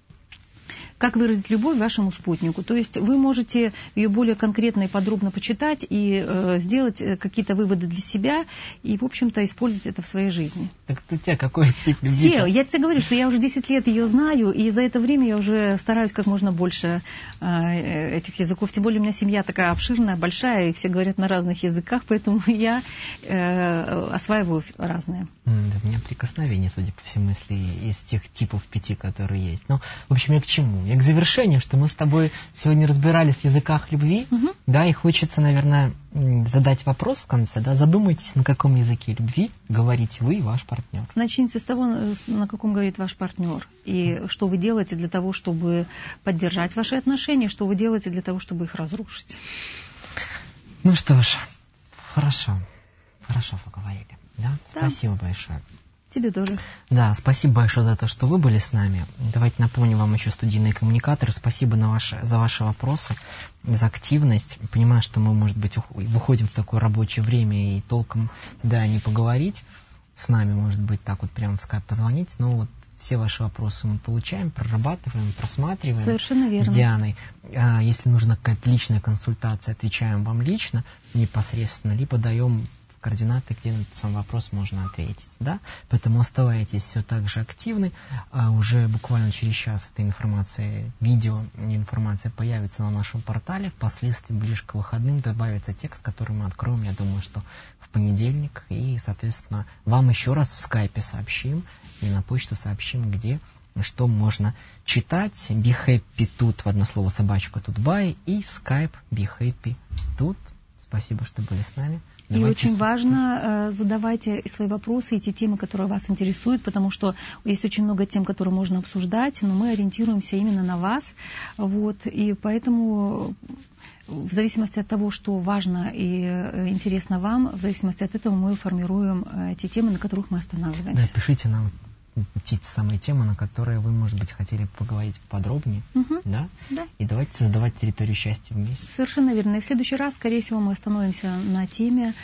Speaker 2: Как выразить любовь вашему спутнику. То есть вы можете ее более конкретно и подробно почитать и сделать какие-то выводы для себя и, в общем-то, использовать это в своей жизни.
Speaker 1: Так у тебя какой тип любви?
Speaker 2: Все. Я тебе говорю, что я уже 10 лет ее знаю, и за это время я уже стараюсь как можно больше этих языков. Тем более у меня семья такая обширная, большая, и все говорят на разных языках, поэтому я осваиваю разные.
Speaker 1: Да, у меня прикосновение, судя по всему, если из тех типов 5, которые есть. Ну, в общем, я к чему? Я к завершению, что мы с тобой сегодня разбирались в языках любви, да, и хочется, наверное, задать вопрос в конце, да, задумайтесь, на каком языке любви говорите вы и ваш партнер.
Speaker 2: Начните с того, на каком говорит ваш партнер, и что вы делаете для того, чтобы поддержать ваши отношения, что вы делаете для того, чтобы их разрушить.
Speaker 1: Ну что ж, хорошо поговорили, да? Спасибо большое.
Speaker 2: Тебе тоже.
Speaker 1: Да, спасибо большое за то, что вы были с нами. Давайте напомню вам еще студийные коммуникаторы. Спасибо за ваши вопросы, за активность. Понимаю, что мы, может быть, выходим в такое рабочее время и толком, да, не поговорить с нами, может быть, так вот прямо в скайп позвонить. Но вот все ваши вопросы мы получаем, прорабатываем, просматриваем.
Speaker 2: Совершенно верно.
Speaker 1: С Дианой. Если нужна какая-то личная консультация, отвечаем вам лично, непосредственно, либо даем координаты, где на этот сам вопрос можно ответить. Да? Поэтому оставайтесь все так же активны. Уже буквально через час эта информация, видео информация появится на нашем портале. Впоследствии, ближе к выходным, добавится текст, который мы откроем, я думаю, что в понедельник. И, соответственно, вам еще раз в скайпе сообщим и на почту сообщим, где что можно читать. Be Happy тут в одно слово собачка Тутбай и Skype Be Happy тут. Спасибо, что были с нами.
Speaker 2: И очень важно задавайте свои вопросы и те темы, которые вас интересуют, потому что есть очень много тем, которые можно обсуждать, но мы ориентируемся именно на вас. Вот, и поэтому в зависимости от того, что важно и интересно вам, в зависимости от этого мы формируем те темы, на которых мы останавливаемся.
Speaker 1: Да, пишите нам те самые темы, на которые вы, может быть, хотели поговорить подробнее, да?
Speaker 2: Да.
Speaker 1: И давайте создавать территорию счастья вместе.
Speaker 2: Совершенно верно. И в следующий раз, скорее всего, мы остановимся на теме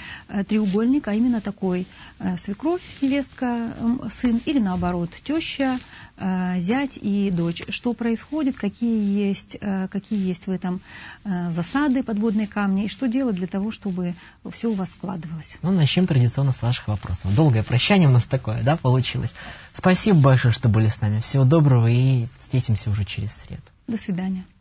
Speaker 2: треугольника, а именно такой: свекровь, невестка, сын, или наоборот, теща, зять и дочь. Что происходит, какие есть в этом засады, подводные камни, и что делать для того, чтобы все у вас складывалось.
Speaker 1: Ну, начнем традиционно с ваших вопросов. Долгое прощание у нас такое, да, получилось. Спасибо большое, что были с нами. Всего доброго и встретимся уже через среду.
Speaker 2: До свидания.